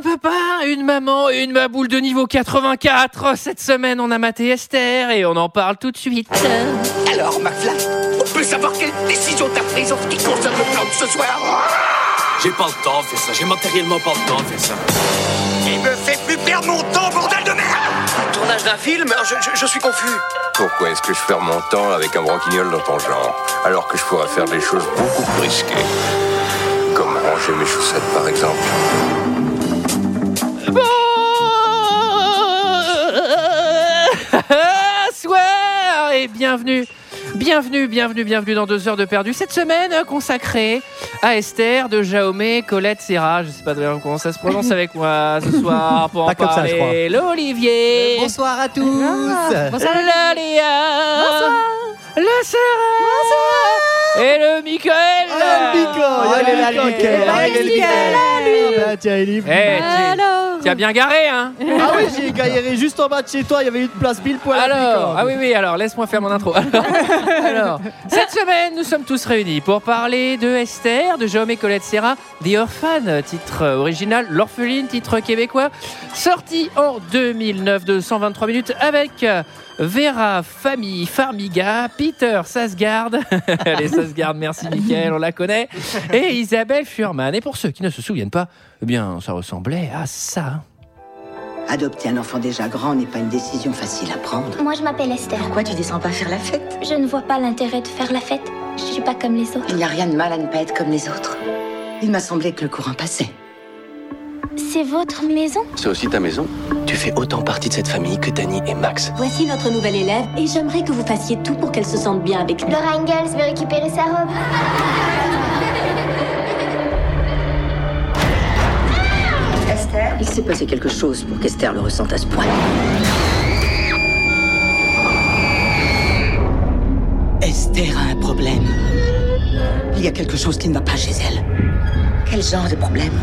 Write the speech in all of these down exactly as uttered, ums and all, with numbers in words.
Un papa, une maman, une maboule de niveau quatre-vingt-quatre. Cette semaine, on a maté Esther et on en parle tout de suite. Alors, McFly, on peut savoir quelle décision t'as prise en ce qui concerne le plan de ce soir? J'ai pas le temps de faire ça, j'ai matériellement pas le temps de faire ça. Il me fait plus perdre mon temps, bordel de merde! Tournage d'un film? je, je, je suis confus. Pourquoi est-ce que je perds mon temps avec un branquignol dans ton genre, alors que je pourrais faire des choses beaucoup plus risquées? Comme ranger mes chaussettes, par exemple. Bonsoir et bienvenue, bienvenue, bienvenue, bienvenue dans deux heures de perdu. Cette semaine consacrée à Esther de Jaume Colette Serra. Je sais pas bien comment ça se prononce avec moi ce soir pour en parler. L'Olivier. Euh, bonsoir à tous. Ah, bonsoir la Léa. Bonsoir. Le Serra. Bonsoir. Et le Michael. Ah, le Michael. Oh, il est là, le Michael. Ah, il est là, lui. Bah, tiens, il est venu. Hey, tu as bien garé, hein? Ah oui, j'ai galéré juste en bas de chez toi. Il y avait une place pile poil. Alors, ah oui, oui, alors laisse-moi faire mon intro. Alors, alors, cette semaine, nous sommes tous réunis pour parler de Esther, de Jaume Colette Serra, The Orphan, titre original, L'Orpheline, titre québécois, sorti en deux mille neuf de cent vingt-trois minutes avec Vera Fami Farmiga, Peter Sarsgaard, les Sarsgaard, merci Mickaël, on la connaît, et Isabelle Fuhrman. Et pour ceux qui ne se souviennent pas, eh bien, ça ressemblait à ça. Adopter un enfant déjà grand n'est pas une décision facile à prendre. Moi, je m'appelle Esther. Pourquoi tu descends pas faire la fête? Je ne vois pas l'intérêt de faire la fête. Je suis pas comme les autres. Il n'y a rien de mal à ne pas être comme les autres. Il m'a semblé que le courant passait. C'est votre maison? C'est aussi ta maison. Tu fais autant partie de cette famille que Danny et Max. Voici notre nouvelle élève et j'aimerais que vous fassiez tout pour qu'elle se sente bien avec nous. Laura Ingalls veut récupérer sa robe. Esther, il s'est passé quelque chose pour qu'Esther le ressente à ce point. Esther a un problème. Il y a quelque chose qui ne va pas chez elle. Quel genre de problème?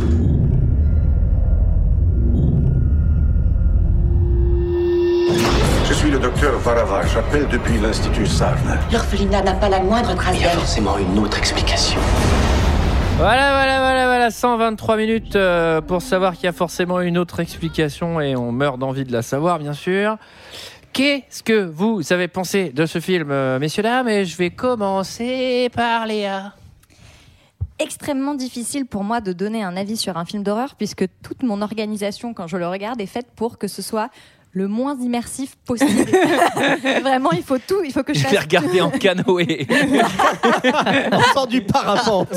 Je suis le docteur Varava, j'appelle depuis l'Institut Sarn. L'orphelinat n'a pas la moindre trace Il y a d'elle. forcément une autre explication. Voilà, voilà, voilà, voilà, cent vingt-trois minutes euh, pour savoir qu'il y a forcément une autre explication et on meurt d'envie de la savoir, bien sûr. Qu'est-ce que vous avez pensé de ce film, euh, messieurs, dames? Et je vais commencer par Léa. Extrêmement difficile pour moi de donner un avis sur un film d'horreur puisque toute mon organisation, quand je le regarde, est faite pour que ce soit le moins immersif possible. Vraiment, il faut tout, il faut que je Je fasse vais regarder en canoë. On sort du parapente.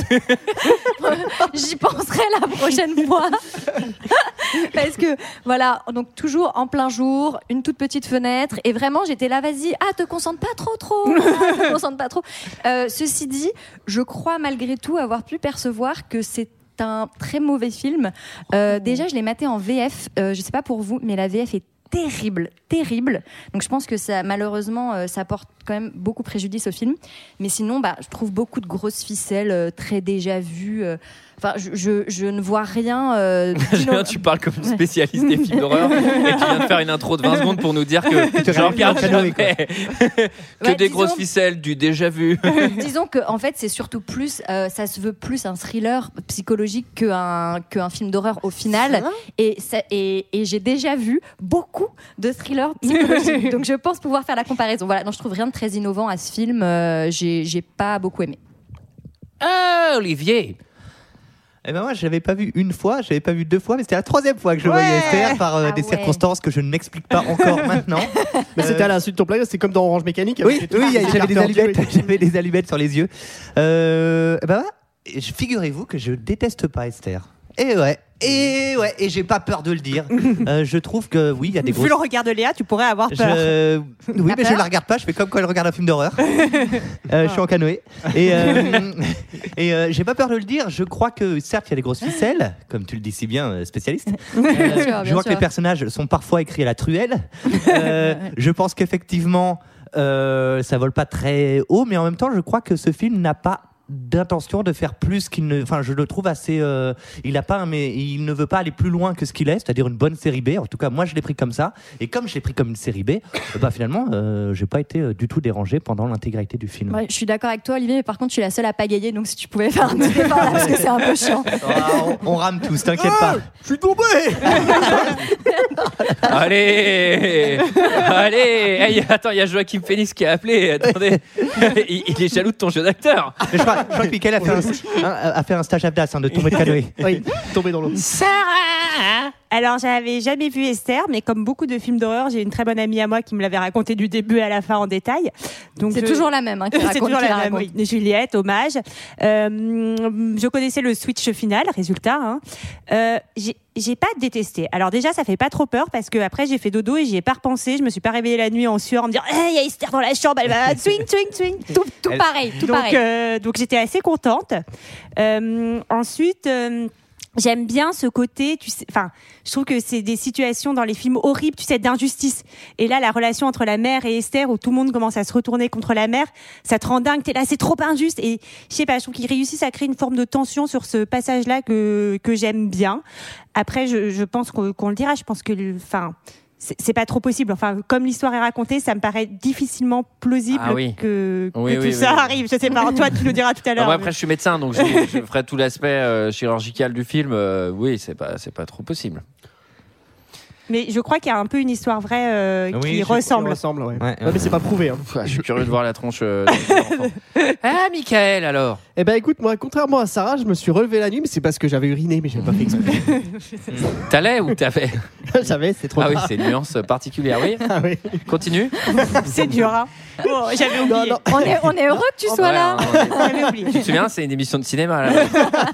J'y penserai la prochaine fois. Parce que, voilà, donc toujours en plein jour, une toute petite fenêtre. Et vraiment, j'étais là, vas-y, ah, te concentre pas trop, trop. Ah, te concentre pas trop. Euh, ceci dit, je crois malgré tout avoir pu percevoir que c'est un très mauvais film. Euh, déjà, je l'ai maté en V F. Euh, je sais pas pour vous, mais la V F est terrible, terrible. Donc je pense que ça, malheureusement, euh, ça porte quand même beaucoup préjudice au film. Mais sinon, bah, je trouve beaucoup de grosses ficelles euh, très déjà vues. Euh, Enfin, je, je, je ne vois rien. Euh, Tu parles comme une spécialiste des films d'horreur et tu viens de faire une intro de vingt secondes pour nous dire que je regarde jamais que bah, des disons, grosses ficelles, du déjà vu. Disons que en fait, c'est surtout plus, euh, ça se veut plus un thriller psychologique qu'un qu'un film d'horreur au final. Et, ça, et, et j'ai déjà vu beaucoup de thrillers psychologiques. Donc je pense pouvoir faire la comparaison. Voilà, non, je trouve rien de très innovant à ce film. Euh, j'ai, j'ai pas beaucoup aimé. Ah, Olivier. Eh ben moi, je l'avais pas vu une fois, je l'avais pas vu deux fois, mais c'était la troisième fois que je Ouais. voyais Esther par euh, Ah des ouais. circonstances que je n'explique pas encore maintenant. Mais c'était à l'insu de ton planète, c'est comme dans Orange Mécanique. Oui, avec les oui, trucs j'avais des écartés en Dieu et allumettes, tout. j'avais des allumettes sur les yeux. Euh, eh ben voilà, Et je- figurez-vous que je déteste pas Esther. Et ouais. Et ouais, et j'ai pas peur de le dire. Euh, je trouve que oui, il y a des Vu grosses. le regard de Léa, tu pourrais avoir peur. Je... Oui, T'as mais je peur la regarde pas. Je fais comme quand elle regarde un film d'horreur. euh, je suis en canoë. Et, euh, et euh, j'ai pas peur de le dire. Je crois que certes, il y a des grosses ficelles, comme tu le dis si bien, euh, spécialiste. Euh, Bien sûr, je bien vois que sûr. les personnages sont parfois écrits à la truelle. Euh, je pense qu'effectivement, euh, ça vole pas très haut, mais en même temps, je crois que ce film n'a pas d'intention de faire plus qu'il ne. Enfin, je le trouve assez. Euh, il a pas, mais il ne veut pas aller plus loin que ce qu'il est, c'est-à-dire une bonne série B. En tout cas, moi, je l'ai pris comme ça. Et comme je l'ai pris comme une série B, bah finalement, euh, j'ai pas été euh, du tout dérangé pendant l'intégralité du film. Ouais, je suis d'accord avec toi, Olivier, mais par contre, je suis la seule à pagayer, donc si tu pouvais faire un petit effort là, parce que c'est un peu chiant. Ah, on, on rame tous, t'inquiète pas. Je suis tombé. Allez, allez. Hey, attends, il y a Joachim Phoenix qui a appelé. Attendez, il, il est jaloux de ton jeu d'acteur. Mais je crois, je crois que Mickaël a fait un, un, a fait un stage à Blas, hein, de tomber de canoë. Oui, tomber dans l'eau. Sarah. Alors, j'avais jamais vu Esther, mais comme beaucoup de films d'horreur, j'ai une très bonne amie à moi qui me l'avait raconté du début à la fin en détail. Donc, c'est je... toujours la même. Hein, qui c'est raconte, toujours qui la, la même. raconte. Oui. Juliette, hommage. Euh, je connaissais le switch final, résultat. Hein. Euh, j'ai J'ai pas détesté. Alors déjà, ça fait pas trop peur parce que après j'ai fait dodo et j'y ai pas repensé. Je me suis pas réveillée la nuit en sueur en me disant il hey, y a Esther dans la chambre, elle va swing, swing, swing. Tout, tout pareil, tout donc, pareil. Euh, donc j'étais assez contente. Euh, ensuite. Euh, J'aime bien ce côté, tu sais, enfin, je trouve que c'est des situations dans les films horribles, tu sais, d'injustice. Et là, la relation entre la mère et Esther, où tout le monde commence à se retourner contre la mère, ça te rend dingue. T'es là, c'est trop injuste. Et je sais pas, je trouve qu'ils réussissent à créer une forme de tension sur ce passage-là que que j'aime bien. Après, je, je pense qu'on, qu'on le dira. Je pense que, enfin. C'est, c'est pas trop possible. Enfin, comme l'histoire est racontée, ça me paraît difficilement plausible ah oui. que, oui, que oui, tout oui, ça oui. arrive. Je sais pas, Antoine, tu nous diras tout à l'heure. Moi, après, je suis médecin, donc je, je ferai tout l'aspect euh, chirurgical du film. Euh, oui, c'est pas, c'est pas trop possible. Mais je crois qu'il y a un peu une histoire vraie euh, oui, qui ressemble. Qui ressemble, ouais. Ouais, ouais, ouais. Mais c'est pas prouvé. Hein. Je suis curieux de voir la tronche. Euh, ah, Mickaël, alors. Eh ben, écoute, moi, contrairement à Sarah, je me suis relevé la nuit, mais c'est parce que j'avais uriné, mais j'avais pas fait exprès. T'allais ou t'avais? J'avais, c'est trop. Ah oui, c'est une nuance particulière. Oui. Ah oui. Continue. C'est dur, hein. Bon, j'avais oublié. Non, non. On est, on est heureux que tu sois Ouais, là. on- J'avais oublié. Tu te souviens, c'est une émission de cinéma. Là.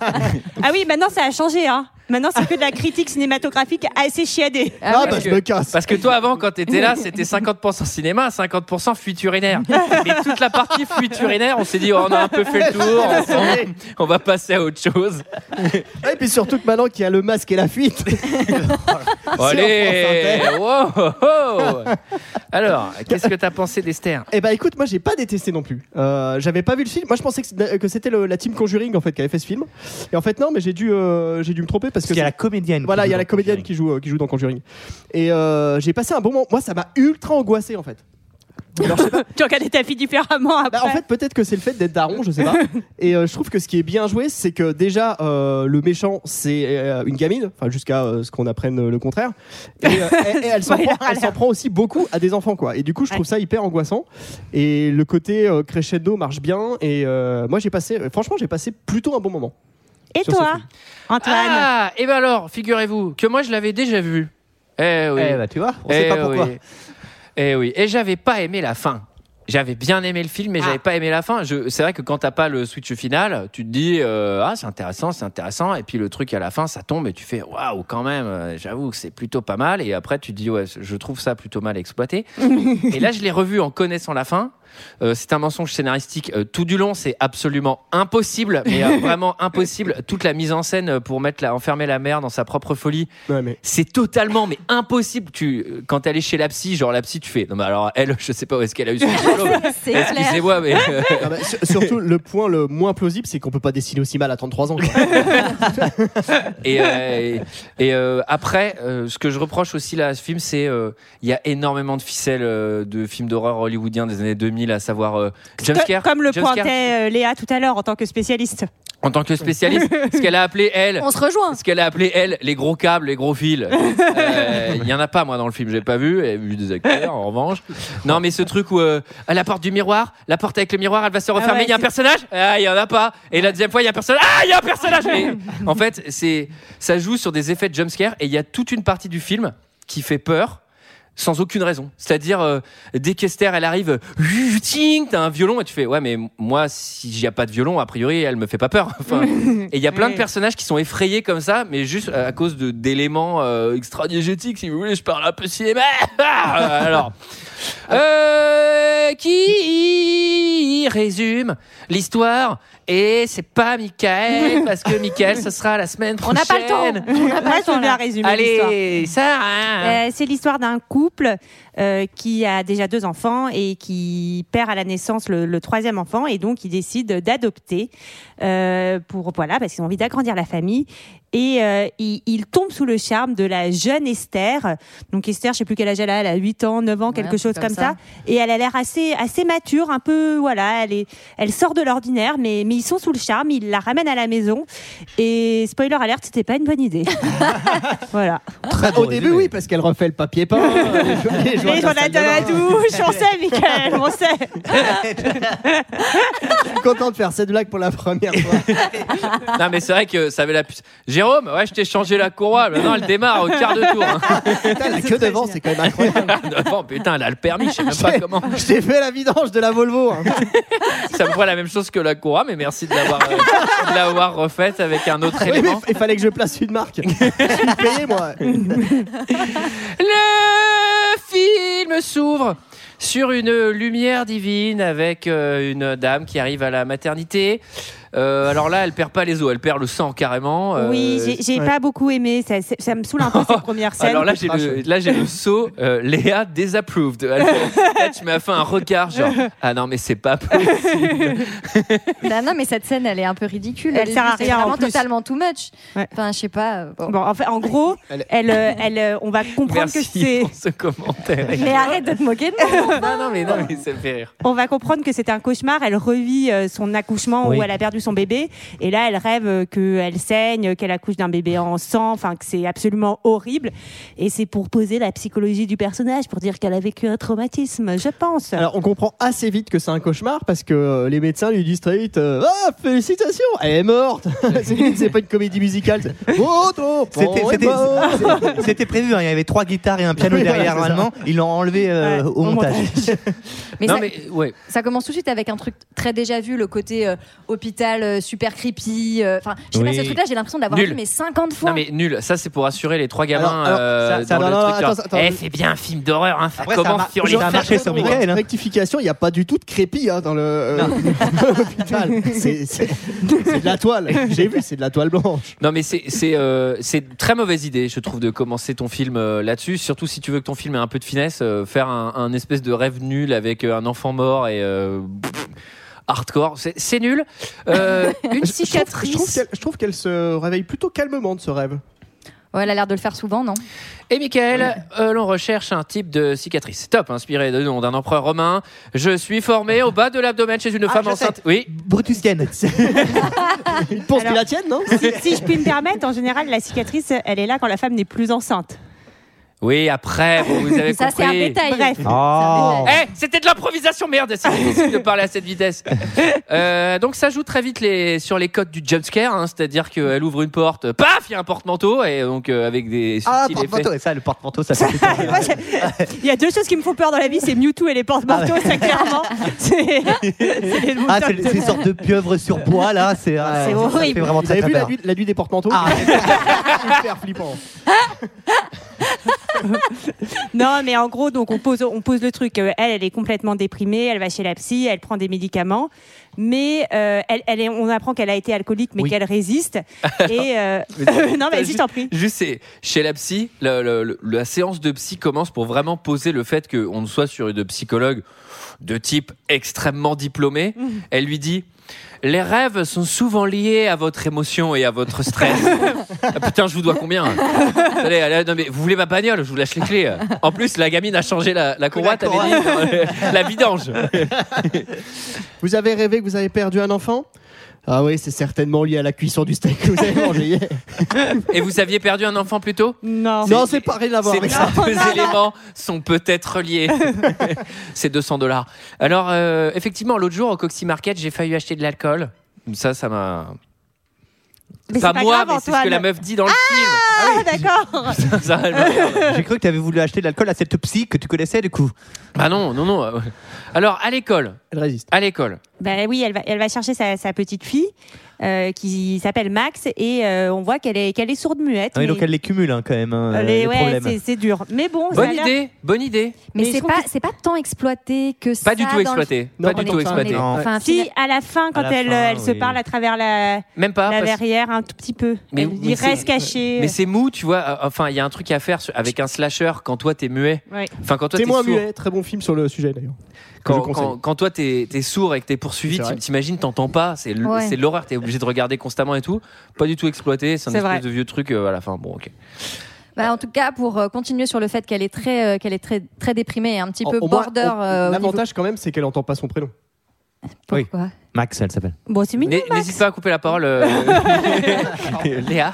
Ah oui, maintenant ça a changé, hein. Maintenant c'est que de la critique cinématographique assez chiadée. Ah Ah, ouais. bah, parce je que- me casse. Parce que toi, avant, quand t'étais là, c'était cinquante pour cent cinéma, cinquante pour cent fuite urinaire. Et toute la partie fuite urinaire, on s'est dit, oh, on a un peu fait le tour, on, on va passer à autre chose. Et puis surtout que maintenant qu'il y a le masque et la fuite. Bon, allez, wow, oh, oh. Alors, qu'est-ce que t'as pensé d'Esther? Eh ben écoute, moi j'ai pas détesté non plus. Euh, j'avais pas vu le film. Moi je pensais que c'était, que c'était le- la team Conjuring en fait qui avait fait ce film. Et en fait non, mais j'ai dû, euh, j'ai dû me tromper parce, Parce que qu'il y a c'est- la comédienne. voilà, qui il y a joue la dans comédienne Conjuring. qui joue, euh, qui joue dans Conjuring. Et euh, j'ai passé un bon moment. Moi ça m'a ultra angoissé en fait. Alors, je sais pas. Tu regardais ta fille différemment après. Bah, en fait, peut-être que c'est le fait d'être daron, je sais pas. Et euh, je trouve que ce qui est bien joué, c'est que déjà, euh, le méchant, c'est euh, une gamine, enfin jusqu'à euh, ce qu'on apprenne euh, le contraire. Et, euh, et- et elle s'en Spoiler prend, elle s'en alert. prend aussi beaucoup à des enfants, quoi. Et du coup, je trouve ça hyper angoissant. Et le côté euh, crescendo marche bien. Et euh, moi, j'ai passé, euh, franchement, j'ai passé plutôt un bon moment. Et sur ce toi, film. Antoine? Ah, et ben alors, figurez-vous que moi, je l'avais déjà vu. Eh oui. Eh bah tu vois, on Eh sait pas pourquoi. oui. Eh oui. Et j'avais pas aimé la fin. J'avais bien aimé le film, mais Ah. j'avais pas aimé la fin. Je, c'est vrai que quand t'as pas le switch final, tu te dis euh, ah c'est intéressant, c'est intéressant, et puis le truc à la fin ça tombe et tu fais waouh quand même. euh, J'avoue que c'est plutôt pas mal. Et après tu te dis ouais, je trouve ça plutôt mal exploité. Et là je l'ai revu en connaissant la fin. Euh, c'est un mensonge scénaristique euh, tout du long, c'est absolument impossible, mais euh, vraiment impossible. Toute la mise en scène pour mettre la, enfermer la mère dans sa propre folie, Ouais, mais... c'est totalement mais impossible. Tu, quand elle est chez la psy, genre la psy, tu fais non mais alors elle, je sais pas où est-ce qu'elle a eu son diplôme. C'est clair. Excusez-moi, mais euh, Ah bah, sur- surtout, le point le moins plausible, c'est qu'on peut pas dessiner aussi mal à trente-trois ans. Quoi. et, euh, et, et, euh, après, euh, ce que je reproche aussi là à ce film, c'est euh, il y a énormément de ficelles euh, de films d'horreur hollywoodiens des années deux mille, à savoir euh, jumpscare. Comme le Jumpscare. pointait euh, Léa tout à l'heure en tant que spécialiste. En tant que spécialiste, ce qu'elle a appelé elle, On se rejoint. ce qu'elle a appelé elle, les gros câbles, les gros fils. Euh, Il y en a pas moi dans le film, j'ai pas vu, j'ai vu des acteurs en revanche. Non mais ce truc où euh, à la porte du miroir, la porte avec le miroir, elle va se refermer, il ouais, y a un c'est- personnage, ah il y en a pas. Et la deuxième fois il y a un personnage, ah il y a un personnage. Et, en fait c'est ça joue sur des effets de jumpscare et il y a toute une partie du film qui fait peur. Sans aucune raison. C'est-à-dire, euh, dès qu'Esther, elle arrive, euh, ting, t'as un violon, et tu fais, ouais, mais moi, si j'y a pas de violon, a priori, elle me fait pas peur. Enfin, et il y a plein de personnages qui sont effrayés comme ça, mais juste à cause de, d'éléments euh, extra-diégétiques, si vous voulez, je parle un peu cinéma. Alors, euh, qui qui résume l'histoire. Et c'est pas Mickaël, parce que Mickaël, ce sera la semaine On prochaine. n'a pas le temps. On n'a pas Moi, le je temps, veux bien là. résumer Allez, l'histoire. ça. hein. Euh, c'est l'histoire d'un couple euh, qui a déjà deux enfants et qui perd à la naissance le, le troisième enfant et donc ils décident d'adopter euh, pour voilà parce qu'ils ont envie d'agrandir la famille et euh, ils, ils tombent sous le charme de la jeune Esther. Donc Esther, je sais plus quel âge elle a, elle a huit ans, neuf ans, Ouais, quelque un chose truc comme comme ça. ça. Et elle a l'air assez assez mature, un peu voilà, elle est elle sort de l'ordinaire mais mais ils sont sous le charme, ils la ramènent à la maison et spoiler alert, c'était pas une bonne idée. Voilà. Très Au bon début, résumé. oui, parce qu'elle refait le papier peint. les, les joints Les de la journaux salle de la de bain. douche, on sait, Mickaël, on sait. Je suis content de faire cette blague pour la première fois. Non, mais c'est vrai que ça avait la puce. Jérôme, ouais, je t'ai changé la courroie. Maintenant, elle démarre au quart de tour. Hein. Putain, la queue devant, c'est quand même incroyable. Devant, putain, elle a le permis, je sais même pas comment. Je t'ai fait la vidange de la Volvo. hein. Ça me voit la même chose que la courroie, mais merci de l'avoir, euh, de l'avoir refaite avec un autre Oui, mais élément. il fallait que je place une marque. Je suis payé, moi. Le film s'ouvre sur une lumière divine avec euh, une dame qui arrive à la maternité. Euh, alors là, elle perd pas les os, elle perd le sang carrément. Euh, Oui, j'ai, j'ai ouais. pas beaucoup aimé. Ça, ça- ça me saoule un peu cette première scène. Alors là, j'ai le, là, j'ai le saut euh, Léa disapproved. Elle fait- Là, tu m'as fait un regard genre ah non mais c'est pas possible. Bah non, mais cette scène, elle est un peu ridicule. Elle Au sert à début, c'est rien, en vraiment plus. totalement too much. Ouais. Enfin, je sais pas. euh, bon. Bon, en, fait, en gros, Elle- elle, euh, elle, euh, on va comprendre Merci que c'est. pour ce commentaire. Mais arrête de te moquer de moi. Non non mais non mais ça me fait rire. On va comprendre que c'est un cauchemar. Elle revit euh, son accouchement Oui. où elle a perdu son bébé. Et là, elle rêve euh, qu'elle saigne, qu'elle accouche d'un bébé en sang. Enfin, que c'est absolument horrible. Et c'est pour poser la psychologie du personnage, pour dire qu'elle a vécu un traumatisme, je pense. Alors, on comprend assez vite que c'est un cauchemar parce que euh, les médecins lui disent très vite euh, ah, félicitations, elle est morte. c'est, limite, c'est pas une comédie musicale. C'est, oh, oh, C'était, oh, c'était, elle est morte. c'était- c'était prévu, hein. Il y avait trois guitares et un piano Oui, voilà, derrière c'est ça. normalement. Ils l'ont enlevé euh, Ouais, au au montage. Mais non ça, mais ouais. ça commence tout de suite avec un truc très déjà vu, le côté euh, hôpital euh, super creepy. euh, Enfin, je sais Oui. pas, ce truc-là, j'ai l'impression d'avoir Nul. vu mais cinquante fois. Non mais nul, ça c'est pour assurer les trois gamins Alors, alors, euh, ça- ça- dans non, le non, truc attends, genre, attends, eh je- fais bien un film d'horreur hein, ça Après, ça commence mar- sur les ça a fesses. marché sur Rectification, Mickaël, hein. Rectification, il n'y a pas du tout de crépi hein, dans le euh, dans l'hôpital. C'est, c'est, c'est de la toile. J'ai vu, c'est de la toile blanche. Non mais c'est c'est euh, c'est une très mauvaise idée je trouve de commencer ton film euh, là-dessus, surtout si tu veux que ton film ait un peu de finesse, euh, faire un, un espèce de rêve nul avec euh, un enfant mort et euh, pff, hardcore, c'est, c'est nul. Euh, une Je- je trouve- cicatrice. Je trouve, qu'elle, je trouve qu'elle se réveille plutôt calmement de ce rêve. Ouais, elle a l'air de le faire souvent, non? Et Mickaël, euh, l'on recherche un type de cicatrice. Top, inspiré de nom d'un empereur romain. Je suis formé au bas de l'abdomen chez une Ah, femme je sais. enceinte. Oui. Brutusienne. Une pense Alors- que la tienne, non si, si je puis me permettre, en général, la cicatrice, elle est là quand la femme n'est plus enceinte. Oui, après, bon, vous avez Ça, compris. c'est un détail. Bref. Oh. Eh, c'était de l'improvisation, merde, c'est difficile de parler à cette vitesse. Euh, donc ça joue très vite les, sur les codes du jumpscare, hein, c'est-à-dire qu'elle ouvre une porte, paf, il y a un porte-manteau, et donc euh, avec des Ah, subtils effets. porte-manteau. Et ça, le porte-manteau, ça fait super bien. Moi, j'ai- Il y a deux choses qui me font peur dans la vie, c'est Mewtwo et les porte-manteaux, Ah ça clairement. C'est, c'est les mots Ah, top c'est de- ces sortes de pieuvres sur bois là, c'est, euh, C'est ça horrible. fait vraiment Vous très avez très vu la peur. nuit, la nuit des porte-manteaux Ah, Hyper flippant. Non, mais en gros, donc on pose, on pose le truc. Euh, Elle, elle est complètement déprimée. Elle va chez la psy, elle prend des médicaments, mais euh, elle, elle est, on apprend qu'elle a été alcoolique, mais Oui. qu'elle résiste. Et euh, non, mais vas-y, je t'en prie. Juste, c'est, chez la psy, le- le- le- la séance de psy commence pour vraiment poser le fait qu'on soit sur une psychologue de type extrêmement diplômé. Elle lui dit les rêves sont souvent liés à votre émotion et à votre stress. Ah, putain, je vous dois combien? Allez, allez, non, mais vous voulez ma bagnole? Je vous lâche les clés. En plus, la gamine a changé la, la courroie, t'avais dit euh, la vidange. Vous avez rêvé que vous avez perdu un enfant? Ah oui, c'est certainement lié à la cuisson du steak que vous avez mangé hier. Et vous aviez perdu un enfant plus tôt? Non. Non, c'est pas rien à voir Ces avec ça. deux éléments sont peut-être liés. C'est deux cents dollars. Alors, euh, effectivement, l'autre jour au Coxy Market, j'ai failli acheter de l'alcool. Ça, ça m'a. Mais pas c'est pas moi, grave, mais c'est ce que Antoine. la meuf dit dans le Ah, d'accord. film. Ça, elle m'a- J'ai cru que tu avais voulu acheter de l'alcool à cette psy que tu connaissais du coup. Ah non, non, non. euh, Alors, à l'école, Elle résiste. à l'école. Ben oui, elle va, elle va chercher sa, sa petite fille. euh, qui s'appelle Max et euh, on voit qu'elle est, qu'elle est sourde-muette. Ah oui, mais- donc elle les cumule hein, quand même, hein, les, les ouais, problèmes. c'est, c'est dur. Mais bon, ça Bonne a l'air- idée, bonne idée. Mais, Mais c'est je trouve pas, que- c'est pas tant exploité que ça. Pas du tout dans le- exploité. Non, Pas du on tout est- exploité. on est- Enfin, Si, fina- à la fin, quand À la elle, fin, elle se oui. parle à travers la, Même pas. la parce- verrière, un tout petit peu. Mais- Elle- mais il c'est- reste caché. Mais c'est mou, tu vois. euh, Enfin, il y a un truc à faire sur- avec un slasher quand toi t'es muet. Ouais. Enfin, quand toi t'es Témoin sourd. muet, très bon film sur le sujet d'ailleurs. Que je Quand, conseille. quand, quand toi t'es, t'es sourd et que t'es poursuivi, C'est vrai. t'im- t'imagines, t'entends pas, c'est, l- Ouais. c'est l'horreur, t'es obligé de regarder constamment et tout. Pas du tout exploité, c'est un C'est espèce vrai. de vieux truc euh, à la fin. Bon, ok. Bah, en tout cas, pour euh, continuer sur le fait qu'elle est très, euh, qu'elle est très, très déprimée et un petit Au- peu au moins, border. au- euh, au niveau- L'avantage quand même, c'est qu'elle entend pas son prénom. Pourquoi Max, elle s'appelle. Bon, c'est mignon, N'hé- Max. N'hésite pas à couper la parole, euh, Léa.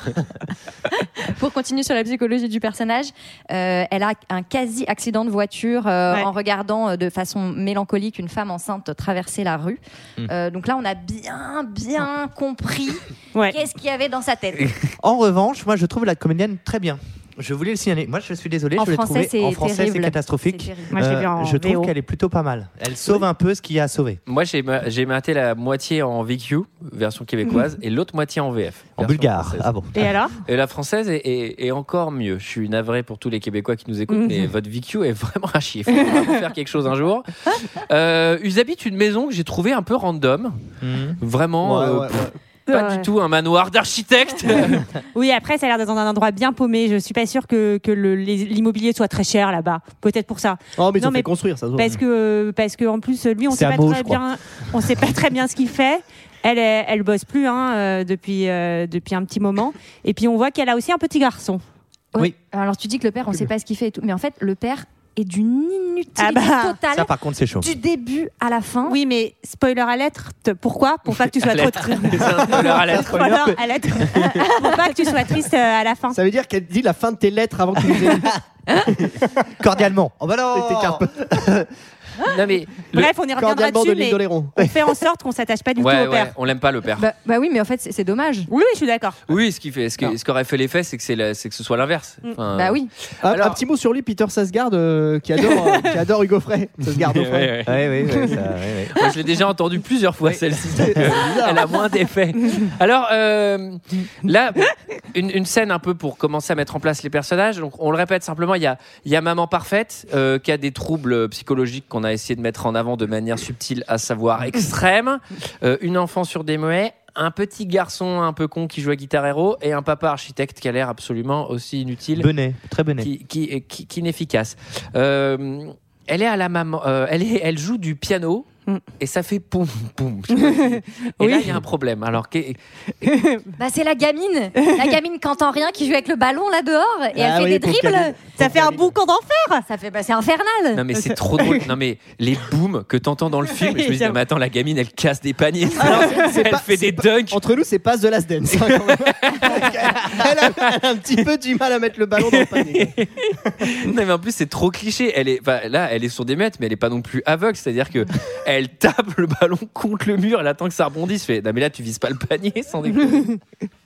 Pour continuer sur la psychologie du personnage, euh, elle a un quasi accident de voiture euh, Ouais. en regardant euh, de façon mélancolique une femme enceinte traverser la rue. Mm. Euh, donc là, on a bien, bien compris Ouais. qu'est-ce qu'il y avait dans sa tête. En revanche, moi je trouve la comédienne très bien. Je voulais le signaler. Moi, je suis désolé, En je l'ai français, trouvé c'est en français, terrible. c'est catastrophique. C'est terrible. Moi, je l'ai vu en je trouve V O. qu'elle est plutôt pas mal. Elle sauve un peu ce qu'il y a à sauver. Moi, j'ai, ma- j'ai maté la moitié en V Q, version québécoise, et l'autre moitié en V F. En version bulgare. française. Ah bon. Et alors Et la française est, est- est encore mieux. Je suis navré pour tous les Québécois qui nous écoutent, Mhm. mais votre V Q est vraiment à chier. Il faut vraiment faire quelque chose un jour. Euh, ils habitent une maison que j'ai trouvée un peu random. Mhm. Vraiment, Ouais, euh, ouais, pff, ouais. pas Ouais. du tout un manoir d'architecte. Oui, après, ça a l'air d'être dans un endroit bien paumé. Je suis pas sûre que, que le- les- l'immobilier soit très cher là-bas. Peut-être pour ça. Oh, mais ils Non, ont mais fait construire ça. se voit. Parce que, parce que en plus, lui, on C'est sait à pas Meaux, très je crois. bien. On sait pas très bien ce qu'il fait. Elle, elle, elle bosse plus hein, euh, depuis euh, depuis un petit moment. Et puis on voit qu'elle a aussi un petit garçon. Ouais. Oui. Alors tu dis que le père, on sait pas ce qu'il fait et tout, mais en fait, le père est d'une inutilité Ah bah, totale Ça, par contre, c'est chaud. du début à la fin. Oui, mais spoiler alerte. Pourquoi Pour pas que tu sois trop triste. C'est un spoiler alert. Spoiler alerte. Pour pas que tu sois triste euh, à la fin. Ça veut dire qu'elle dit la fin de tes lettres avant que tu les aies. Cordialement. Oh bah non. Tes carpes. Non, mais le- Bref, on y reviendra Cordialement de dessus, l'île mais d'Oléron. on fait en sorte qu'on s'attache pas du ouais, tout au ouais, père. on l'aime pas le père. Bah, bah oui, mais en fait, c'est, c'est dommage. Oui, oui, je suis d'accord. Oui, ce qui fait, ce, qui, ce qu'aurait fait l'effet, c'est que c'est, la- c'est que ce soit l'inverse. Mm. Enfin, Bah oui. Un, Alors- un petit mot sur lui, Peter Sarsgaard, euh, qui adore, euh, qui adore Hugo Frey. Sarsgaard au Ouais, Frey. ouais. Ouais, ouais, ouais, ça, ouais, ouais. Moi, je l'ai déjà entendu plusieurs fois, celle-ci. donc, euh, elle a moins d'effet. Alors, euh, là, une, une scène un peu pour commencer à mettre en place les personnages. Donc, on le répète simplement, il y a, il y a Maman Parfaite euh, qui a des troubles psychologiques qu'on a essayé de mettre en avant de manière subtile, à savoir extrême. Euh, une enfant sur des muets. Un petit garçon un peu con qui joue à Guitar Hero et un papa architecte qui a l'air absolument aussi inutile Benet, très benet. qui, qui, qui, qui inefficace. Euh, elle est à la maman, euh, elle, est, elle joue du piano Mm. et ça fait poum poum. Et Oui. là il y a un problème. Alors que, Bah c'est la gamine, la gamine qui entend rien, qui joue avec le ballon là dehors et Ah elle fait oui, des pauvre dribbles. gamine. Ça fait un boucan d'enfer. Ça fait, bah c'est infernal. non mais c'est trop drôle. Non mais les booms que t'entends dans le film, je me dis non mais attends la gamine elle casse des paniers, Alors, c'est elle pas- fait c'est des pas- dunks. Entre nous, c'est pas The Last Dance. hein, quand même. elle, a, elle a un petit peu du mal à mettre le ballon dans le panier. Non mais en plus c'est trop cliché. Elle est, enfin, là elle est sur des mètres mais elle est pas non plus aveugle. C'est-à-dire que elle tape le ballon contre le mur, elle attend que ça rebondisse. Fait, non mais là tu vises pas le panier sans déconner.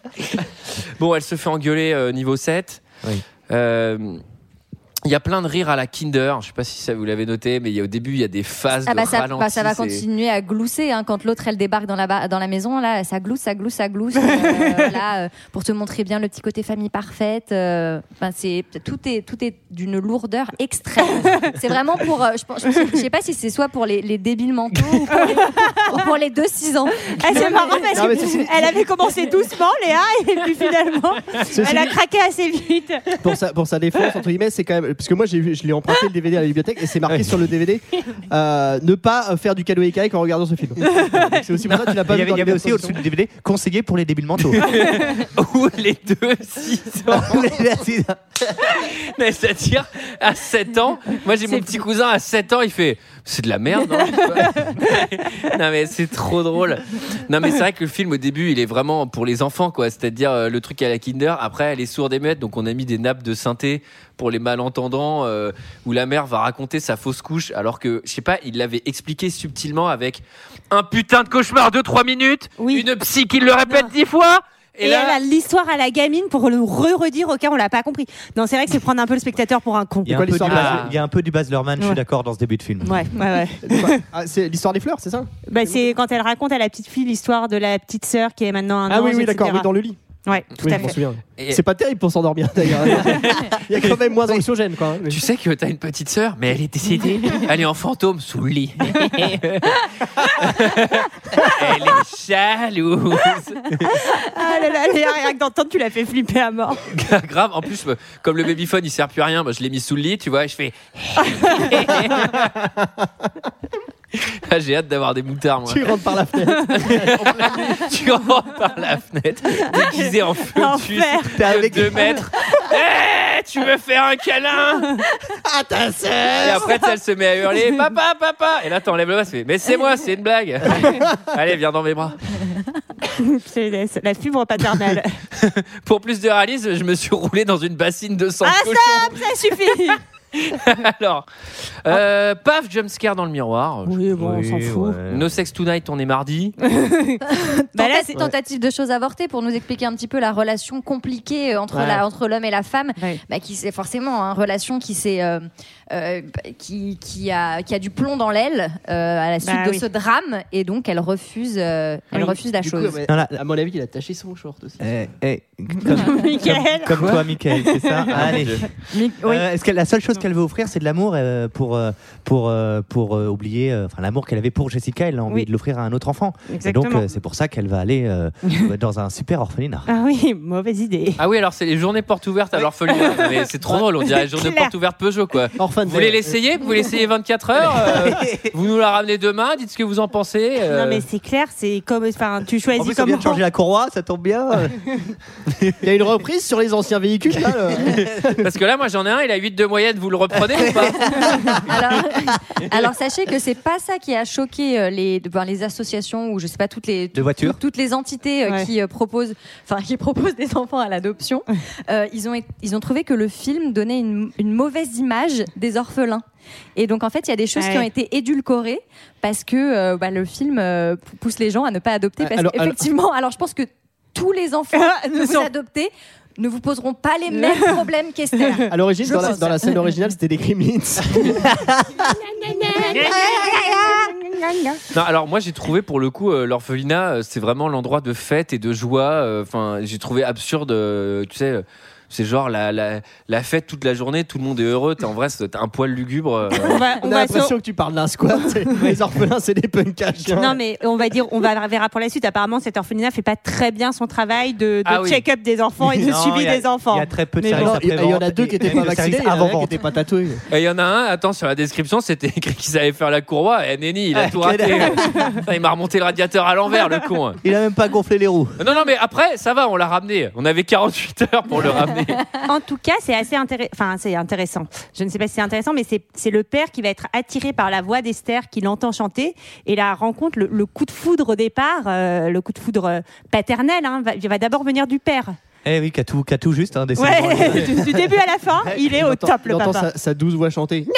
Bon, elle se fait engueuler euh, niveau sept. Oui. Euh, Il y a plein de rires à la Kinder. Je sais pas si ça vous l'avez noté, mais il y a, au début il y a des phases Ah de bah ça, ralenti. bah ça va c'est- continuer à glousser hein, quand l'autre elle débarque dans la, ba- dans la maison là ça glousse ça glousse ça glousse euh, là euh, pour te montrer bien le petit côté famille parfaite euh, enfin c'est tout est tout est d'une lourdeur extrême c'est vraiment pour euh, je, pense- je, sais- je sais pas si c'est soit pour les, les débiles mentaux ou pour les, ou pour les deux six ans Ah, c'est marrant parce Non, mais ceci- qu'elle avait commencé doucement, Léa, et puis finalement, Ceci elle a dit- craqué assez vite. Pour sa, pour sa défense, entre guillemets, c'est quand même. Parce que moi, j'ai vu, je l'ai emprunté le D V D à la bibliothèque et c'est marqué sur le D V D euh, ne pas euh, faire du cadeau écaille en regardant ce film. Donc, c'est aussi pour ça que tu l'as pas Il y vu avait, dans il y les avait aussi conditions. au-dessus du D V D conseillé pour les débiles mentaux. Ou les deux six ans. Mais c'est-à-dire, à sept ans, moi j'ai mon petit cousin à sept ans, il fait c'est de la merde, non, non mais c'est trop drôle. Non mais c'est vrai que le film au début il est vraiment pour les enfants quoi, c'est-à-dire euh, le truc à la Kinder. Après elle est sourde et muette, donc on a mis des nappes de synthé pour les malentendants euh, où la mère va raconter sa fausse couche alors que je sais pas, il l'avait expliqué subtilement avec un putain de cauchemar de trois minutes, Oui. une psy qui le répète dix fois. Et, et là... elle a l'histoire à la gamine pour le re-redire, ok, on l'a pas compris. Non, c'est vrai que c'est prendre un peu le spectateur pour un con. Il y a, un, peu du Baz, il y a un peu du Baz Luhrmann, ouais. Je suis d'accord, dans ce début de film. Ouais, ouais, ouais. Ah, c'est l'histoire des fleurs, c'est ça? Bah, c'est quand elle raconte à la petite fille l'histoire de la petite sœur qui est maintenant un ah, ange, oui, oui, et cetera. d'accord, oui, dans le lit. Ouais, tout oui, à je m'en fait. souviens. Et... C'est pas terrible pour s'endormir d'ailleurs. Il y a quand même moins anxiogène, quoi. Mais... Tu sais que t'as une petite sœur, mais elle est décédée. Elle est en fantôme sous le lit. Elle est jalouse. Ah là là, rien que d'entendre, tu l'as fait flipper à mort. Grave. En plus, comme le babyphone il sert plus à rien, moi je l'ai mis sous le lit, tu vois, et je fais. Ah, j'ai hâte d'avoir des moutards, moi. Tu rentres par la fenêtre. Tu rentres par la fenêtre, déguisé en fœtus de avec deux mètres. Hey, tu veux faire un câlin à ta sœur? Et après, elle se met à hurler, papa, papa. Et là, t'enlèves le masque, tu fais, mais c'est moi, c'est une blague. Allez, viens dans mes bras. C'est la fibre paternelle. Pour plus de réalisme, je me suis roulé dans une bassine de sang de ah, cochon. Ça, ça suffit. Alors, euh, paf, jumpscare dans le miroir. Oui, bon, oui, on s'en fout. Ouais. No sex tonight, on est mardi. Bah là, c'est tentative de choses avortées pour nous expliquer un petit peu la relation compliquée entre, ouais. la, entre l'homme et la femme, ouais. bah, qui c'est forcément une hein, relation qui, c'est, euh, euh, qui, qui, a, qui a du plomb dans l'aile euh, à la suite bah, de oui. ce drame, et donc elle refuse, euh, elle oui. refuse la du chose. coup, Non, là, à mon avis, il a taché son short aussi. Eh, eh, comme, Michael. comme, comme toi, Michael, c'est ça. Allez. Mi- oui. Euh, est-ce que la seule chose qu'elle veut offrir, c'est de l'amour euh, pour euh, pour euh, pour euh, oublier, enfin euh, l'amour qu'elle avait pour Jessica, elle a envie Oui. de l'offrir à un autre enfant. Exactement. Et donc euh, c'est pour ça qu'elle va aller euh, dans un super orphelinat. Ah oui, mauvaise idée. Ah oui, alors c'est les journées portes ouvertes à l'orphelinat. Mais c'est trop drôle, on dirait les journées Claire. portes ouvertes Peugeot, quoi. Orphan Vous voulez l'essayer? Vous voulez l'essayer vingt-quatre heures euh, Vous nous la ramenez demain, dites ce que vous en pensez. euh. Non mais c'est clair, c'est comme, enfin, tu En choisis plus, on comme vient de changer la courroie, ça tombe bien. Il y a une reprise sur les anciens véhicules là. Le... Parce que là, moi j'en ai un, il a huit de moyenne, vous le reprenez ou pas? alors, alors sachez que c'est pas ça qui a choqué euh, les, ben, les associations ou je sais pas toutes les De voitures. toutes, toutes les entités euh, Ouais. qui euh, proposent, enfin qui proposent des enfants à l'adoption. Euh, ils ont ils ont trouvé que le film donnait une, une mauvaise image des orphelins. Et donc en fait il y a des choses Ouais. qui ont été édulcorées parce que euh, bah, le film euh, pousse les gens à ne pas adopter parce Alors- qu'effectivement alors je pense que tous les enfants que Ne vous sont- adoptez ne vous poseront pas les mêmes problèmes qu'Esther. À l'origine, Je dans la, pense. dans la scène originale, c'était des Gremlins. Non, alors moi j'ai trouvé pour le coup euh, l'orphelinat, euh, c'est vraiment l'endroit de fête et de joie. Enfin, j'ai trouvé absurde, euh, tu sais. euh, C'est genre la, la, la fête toute la journée, tout le monde est heureux. T'es, en vrai, c'est- t'as un poil lugubre. euh. On va, On on a va l'impression sur- que tu parles d'un squat. c'est- Les orphelins, c'est des punkages. Non mais on va dire, on va verra pour la suite. Apparemment, cet orphelinat fait pas très bien son travail de, de Ah oui. check-up des enfants et de Non, suivi il y a- des enfants. Il y a très peu de Mais services Non, il après-vente. y en a deux qui et- n'étaient et pas de vaccinés, services il y en a un qui avant-vente. n'était pas tatoué. Et il y en a un, attends, sur la description, c'était écrit qu'il savait faire la courroie. Et Nenny, il a tout raté. Putain, il m'a remonté le radiateur à l'envers, le con. Il a même pas gonflé les roues. Non, non, mais après, ça va, on l'a ramené. On avait quarante-huit heures pour le ramener. En tout cas, c'est assez intéressant. Enfin, c'est intéressant. Je ne sais pas si c'est intéressant, mais c'est, c'est le père qui va être attiré par la voix d'Esther qu'il entend chanter et la rencontre, le, le coup de foudre au départ, euh, le coup de foudre euh, paternel, hein, va, il va d'abord venir du père. Eh oui, qu'a tout, qu'a tout juste. Hein, des scènes dans Ouais, les- du, du début à la fin, il est au entend- top, le il entend papa. sa, sa douce voix chanter.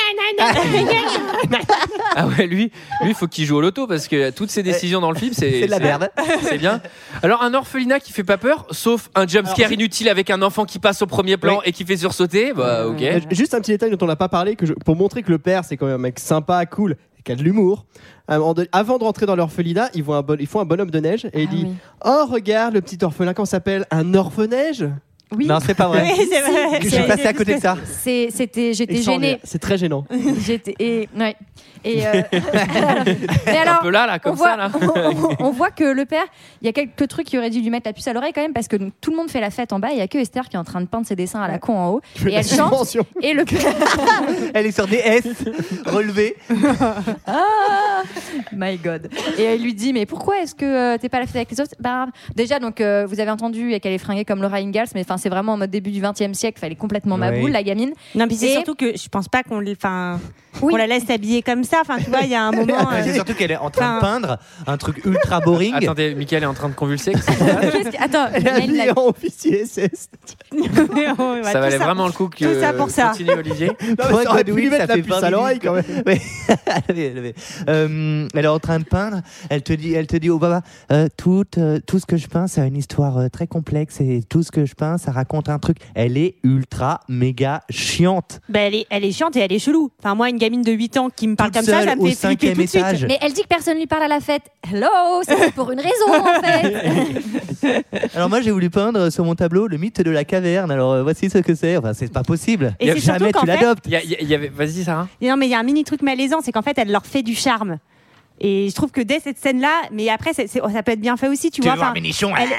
Ah ouais, lui, lui, il faut qu'il joue au loto parce que toutes ses décisions dans le film, c'est, C'est de la merde. C'est bien. Alors, un orphelinat qui fait pas peur, sauf un jumpscare Alors, inutile avec un enfant qui passe au premier plan Oui. et qui fait sursauter. Bah, ok. Euh, Juste un petit détail dont on n'a pas parlé, que je- pour montrer que le père, c'est quand même un mec sympa, cool, et qui a de l'humour. Euh, en de- Avant de rentrer dans l'orphelinat, ils, voient un bon- ils font un bonhomme de neige et il Ah dit oui. Oh, regarde le petit orphelin, comment ça s'appelle? Un orpheneige? Oui. Non, c'est pas vrai. Oui, c'est vrai. Je suis passé à côté de ça. C'est, c'était, j'étais Extraordinaire. gênée. C'est très gênant. J'étais et ouais. Et euh, mais Un alors, peu là, là, comme on voit, ça, là. on, on voit que le père, il y a quelques trucs qui auraient dû lui mettre la puce à l'oreille quand même parce que donc, tout le monde fait la fête en bas, il y a que Esther qui est en train de peindre ses dessins à la con en haut et elle chante Suspension. et le Elle est sur des S relevés. ah my god et elle lui dit mais pourquoi est-ce que euh, t'es pas à la fête avec les autres bah déjà donc euh, vous avez entendu qu'elle est fringuée comme Laura Ingalls mais enfin c'est vraiment en mode début du vingtième siècle. Elle est complètement Oui. maboule, la gamine. Non, mais c'est Et- surtout que je pense pas qu'on les- enfin, qu'on la laisse habiller comme ça. Enfin, tu vois, il y a un moment. Mais c'est euh, surtout qu'elle est en train de enfin, peindre un truc ultra boring. Attendez, Mickaël est en train de convulser. Qu'est-ce qui se passe Qu'est-ce que- Attends, Elle est Mel, habillée la- en officier S S. Ça valait vraiment le coup que tout ça pour ça. continue Olivier. Non, mais ça aurait pu lui mettre la puce à l'oreille quand même. Mais- elle avait- elle avait- Euh, elle est en train de peindre. Elle te dit, elle te dit, oh baba, euh, tout, euh, tout ce que je peins, c'est une histoire euh, très complexe et tout ce que je peins, ça raconte un truc. Elle est ultra méga chiante. bah, elle, est, elle est chiante et elle est chelou. Enfin, moi, une gamine de huit ans qui me parle Toute comme ça, seule ça me au fait flipper cinquième tout de suite. étage. Mais elle dit que personne lui parle à la fête. Hello, c'est pour une raison en fait. Alors moi, j'ai voulu peindre sur mon tableau le mythe de la caverne. Alors euh, voici ce que c'est. Enfin, c'est pas possible. Et c'est Jamais surtout tu qu'en fait- l'adoptes. Il y a- il y a- il y avait... Vas-y, Sarah. Non, mais il y a un mini truc malaisant, c'est qu'en fait, elle leur fait du charme. Et je trouve que dès cette scène-là, mais après, c'est- c'est- ça peut être bien fait aussi, tu, Tu vois. veux voir enfin, mes nichons elle-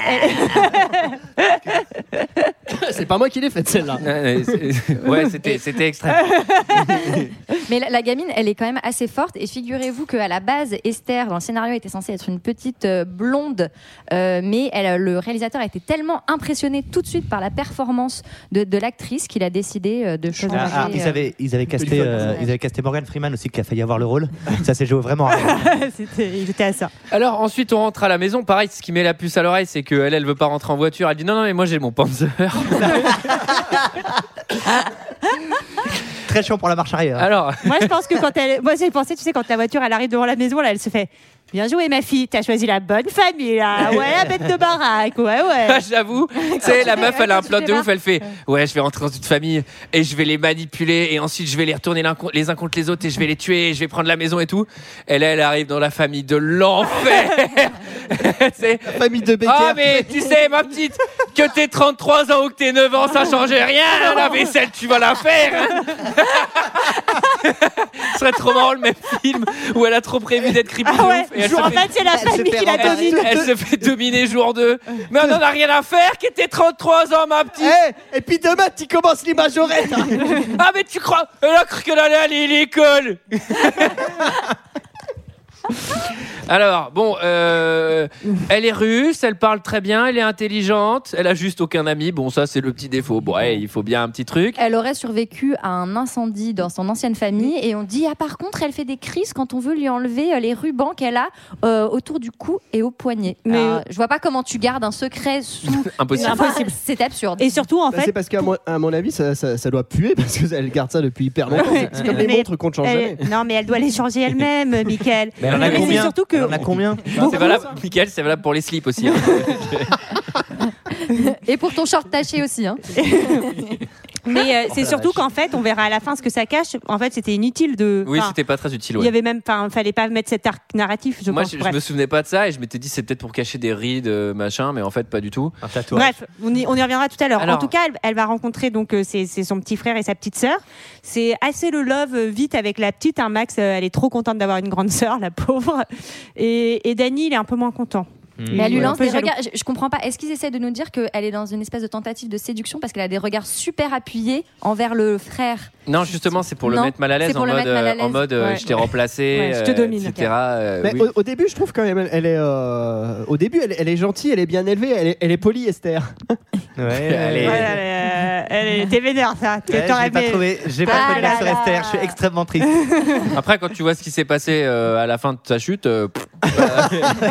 elle- C'est pas moi qui l'ai faite celle-là. Ouais, c'est- ouais, c'était c'était extrême. Mais la, la gamine, elle est quand même assez forte. Et figurez-vous qu'à la base, Esther, dans le scénario, était censée être une petite euh, blonde. Euh, mais elle, le réalisateur a été tellement impressionné tout de suite par la performance de, de l'actrice qu'il a décidé euh, de changer. Ah, ah, ils euh, avaient, ils avaient casté, euh, ils avaient casté Morgan Freeman aussi qui a failli avoir le rôle. Ça s'est joué vraiment à rien. C'était, il était à ça. Alors ensuite on rentre à la maison. Pareil, ce qui met la puce à l'oreille, c'est qu'elle, elle veut pas rentrer en voiture. Elle dit non non mais moi j'ai mon Panzer. Très chiant pour la marche arrière. Alors Moi, je pense que quand elle. Moi, j'ai pensé, tu sais, quand la voiture, elle arrive devant la maison, là, elle se fait. Bien joué, ma fille, t'as choisi la bonne famille, là. Ouais, la bête de baraque, ouais, ouais. j'avoue, tu sais la meuf elle a un tu plot de débarques. ouf. Elle fait ouais je vais rentrer dans une famille et je vais les manipuler et ensuite je vais les retourner l'un co- les uns contre les autres et je vais les tuer et je vais prendre la maison et tout. Et là elle arrive dans la famille de l'enfer. C'est Famille de Becker. ah mais tu sais ma petite, que t'aies trente-trois ans ou que t'aies neuf ans ça changeait rien. La vaisselle tu vas la faire hein. Ce serait trop marrant le même film où elle a trop prévu d'être creepy de Ah ouais, ouf et elle se en fait- fait, c'est la elle se famille fait qui la rembarrer. domine. elle, elle se fait dominer jour deux. Mais on en a rien à faire que t'aies trente-trois ans ma petite. Eh, et puis demain, tu commences les majorettes. Ah mais tu crois, elle a cru qu'elle allait aller à l'école. Alors bon, euh, elle est russe, elle parle très bien, elle est intelligente, elle a juste aucun ami. Bon ça c'est le petit défaut. Bon ouais, il faut bien un petit truc. Elle aurait survécu à un incendie dans son ancienne famille et on dit ah par contre elle fait des crises quand on veut lui enlever euh, les rubans qu'elle a euh, autour du cou et au poignet. Mais- Alors, je vois pas comment tu gardes un secret sous. Impossible. Enfin, Impossible. C'est absurde. Et surtout, en Bah, fait. c'est parce qu'à mon, à mon avis, ça, ça, ça doit puer parce qu'elle garde ça depuis hyper longtemps. Ouais. C'est comme les Mais montres qu'on ne change jamais. elle- non, mais elle doit les changer elle-même, Mickaël. Mais elle en Non, a mais c'est combien surtout que. Elle en a combien C'est valable, Mickaël, c'est valable pour les slips aussi. hein. Et pour ton short taché aussi. Hein. Mais euh, c'est la surtout vache. qu'en fait, on verra à la fin ce que ça cache. En fait, c'était inutile de. Oui, enfin, c'était pas très utile. Il Ouais. y avait même, enfin, fallait pas mettre cet arc narratif, je Moi, pense. je, je Bref. me souvenais pas de ça et je m'étais dit c'est peut-être pour cacher des rides, euh, machin, mais en fait pas du tout. Un tatouage. Bref, on y, on y reviendra tout à l'heure. Alors- En tout cas, elle, elle va rencontrer donc euh, c'est, c'est son petit frère et sa petite sœur. C'est assez le love euh, vite avec la petite. Hein, Max, euh, elle est trop contente d'avoir une grande sœur, la pauvre. Et, et Danny, il est un peu moins content. Mais elle lui Ouais, un lance peu des jaloux. regards. Je, je comprends pas. Est-ce qu'ils essaient de nous dire qu'elle est dans une espèce de tentative de séduction parce qu'elle a des regards super appuyés envers le frère? Non, justement, c'est pour le Non, mettre mal à c'est l'aise pour en le mode, mettre mal à euh, en l'aise. mode euh, Ouais. je t'ai remplacé, Ouais, je te euh, domine. et cetera euh, Mais oui. au, au début, je trouve quand même, elle est, euh, au début, elle, elle est gentille, elle est bien élevée, elle est, elle est polie, Esther. Ouais, Allez. Ouais, elle, est- elle est- t'es vénère, ça. Ouais, je T'aurais l'ai pas aimé- trouvé. J'ai pas Ah trouvé de là sur là. Esther. Je suis extrêmement triste. Après, quand tu vois ce qui s'est passé euh, à la fin de sa chute, euh, pff, bah,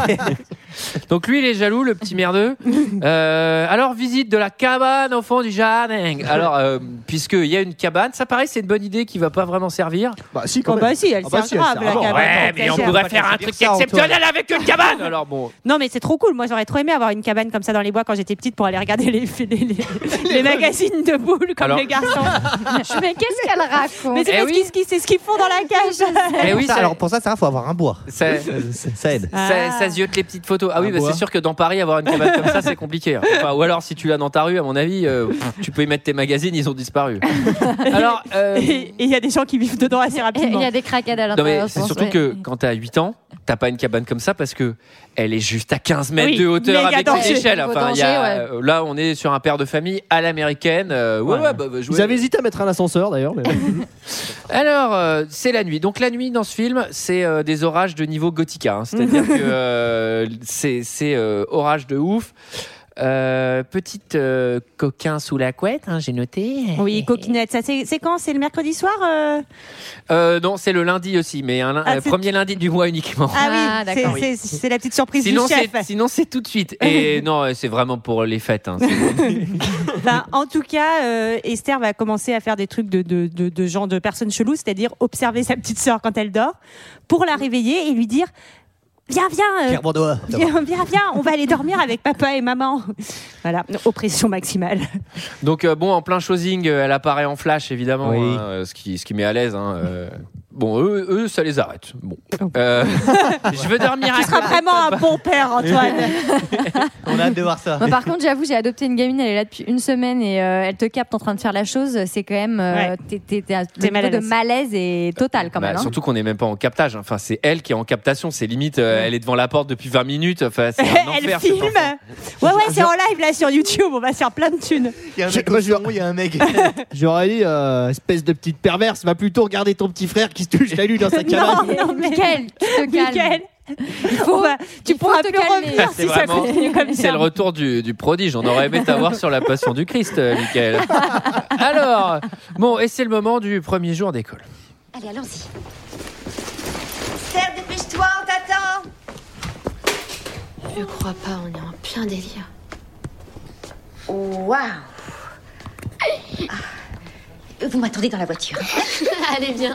donc lui, il est jaloux, le petit merdeux. Euh, alors, visite de la cabane au fond du jardin. Alors, euh, puisqu'il y a une cabane, ça paraît, c'est une bonne idée qui va pas vraiment servir. Bah si, quand Oh, même. bah si, elle Ah bah sert si, elle grave, sert la à mort. cabane. Ouais, Elle mais on sert. pourrait faire un dire truc ça, Antoine. exceptionnel avec une cabane. Alors bon, Non, mais c'est trop cool. Moi, j'aurais trop aimé avoir une cabane comme ça dans les bois quand j'étais petite pour aller regarder les, les, les, les magazines de boules comme Alors- les garçons. Mais qu'est-ce qu'elle raconte? Mais c'est Eh parce oui. qu'ils- c'est ce qu'ils font dans la cage. eh oui, Ça, ça, alors pour ça, ça faut avoir un bois. ça, Ça, ça aide. Ah. ça, ça ziote les petites photos. Ah oui, Un bah, bois. c'est sûr que dans Paris, avoir une cabane comme ça, c'est compliqué. hein. Enfin, ou alors, si tu l'as dans ta rue, à mon avis, euh, pff, tu peux y mettre tes magazines, ils ont disparu. Alors, euh, Et il y a des gens qui vivent dedans assez Et Il rapidement. y a des craquades à non l'intérieur. mais je c'est pense, surtout ouais. que quand t'as huit ans, t'as pas une cabane comme ça parce que elle est juste à quinze mètres Oui, de hauteur méga avec danger. une échelle. Niveau Enfin, il y a, danger, euh, là, on est sur un père de famille à l'américaine. Euh, ouais, Ouais. ouais, bah, bah, jouer. Ils avaient hésité à mettre un ascenseur d'ailleurs. Mais... Alors, euh, c'est la nuit. Donc la nuit dans ce film, c'est euh, des orages de niveau Gothica. hein. C'est-à-dire que euh, c'est c'est, euh, orage de ouf. Euh, petite euh, coquin sous la couette, hein, j'ai noté. Oui, coquinette. Ça, c'est, c'est quand? C'est le mercredi soir euh Euh, non, c'est le lundi aussi, mais un Ah, euh, c'est- premier lundi du mois uniquement. Ah oui, Ah, c'est, d'accord. c'est, c'est la petite surprise Sinon du chef. c'est, sinon, c'est tout de suite. Et non, euh, c'est vraiment pour les fêtes. Hein, c'est- Enfin, en tout cas, euh, Esther va commencer à faire des trucs de, de, de, de genre de personnes cheloues, c'est-à-dire observer sa petite sœur quand elle dort, pour la réveiller et lui dire viens, viens, euh, Pierre Bordeaux. viens, viens, viens, on va aller dormir avec papa et maman. Voilà, oppression maximale. Donc euh, bon, en plein showing, euh, elle apparaît en flash évidemment, Oui. hein, euh, ce qui ce qui met à l'aise. Hein, euh. Bon, eux, eux, ça les arrête. Bon, euh, je veux dormir. Tu avec seras papa. vraiment un bon père, Antoine. On a hâte de voir ça. Moi, par contre, j'avoue, j'ai adopté une gamine, elle est là depuis une semaine et euh, elle te capte en train de faire la chose. C'est quand même. Euh, Ouais. t'es, t'es, t'es à- T'es le mal à niveau de l'aise. malaise est total quand Bah, même. hein. surtout qu'on n'est même pas en captage. Enfin, c'est elle qui est en captation. C'est limite, euh, elle est devant la porte depuis vingt minutes. Enfin, c'est un Elle enfer. filme. cet enfant. Ouais, ouais, c'est en live là sur YouTube. On va se faire plein de thunes. Il y a un Je- mec moi, au je- son, il y a un mec. J'aurais dit, euh, espèce de petite perverse, va plutôt regarder ton petit frère qui se touche la nuit dans sa cabane. Non, non, mais Mickaël, tu te calmes. Mickaël, Il faut, on va- tu il faut pourras te plus calmer. revenir C'est si ça vraiment- continue comme C'est ça. le retour du, du prodige. On aurait aimé t'avoir sur la Passion du Christ, euh, Mickaël. Alors, bon, et c'est le moment du premier jour d'école. Allez, allons-y. Esther, dépêche-toi, on t'attend. Je crois pas, on est en plein délire. Waouh. Ah. Vous m'attendez dans la voiture. Allez, bien.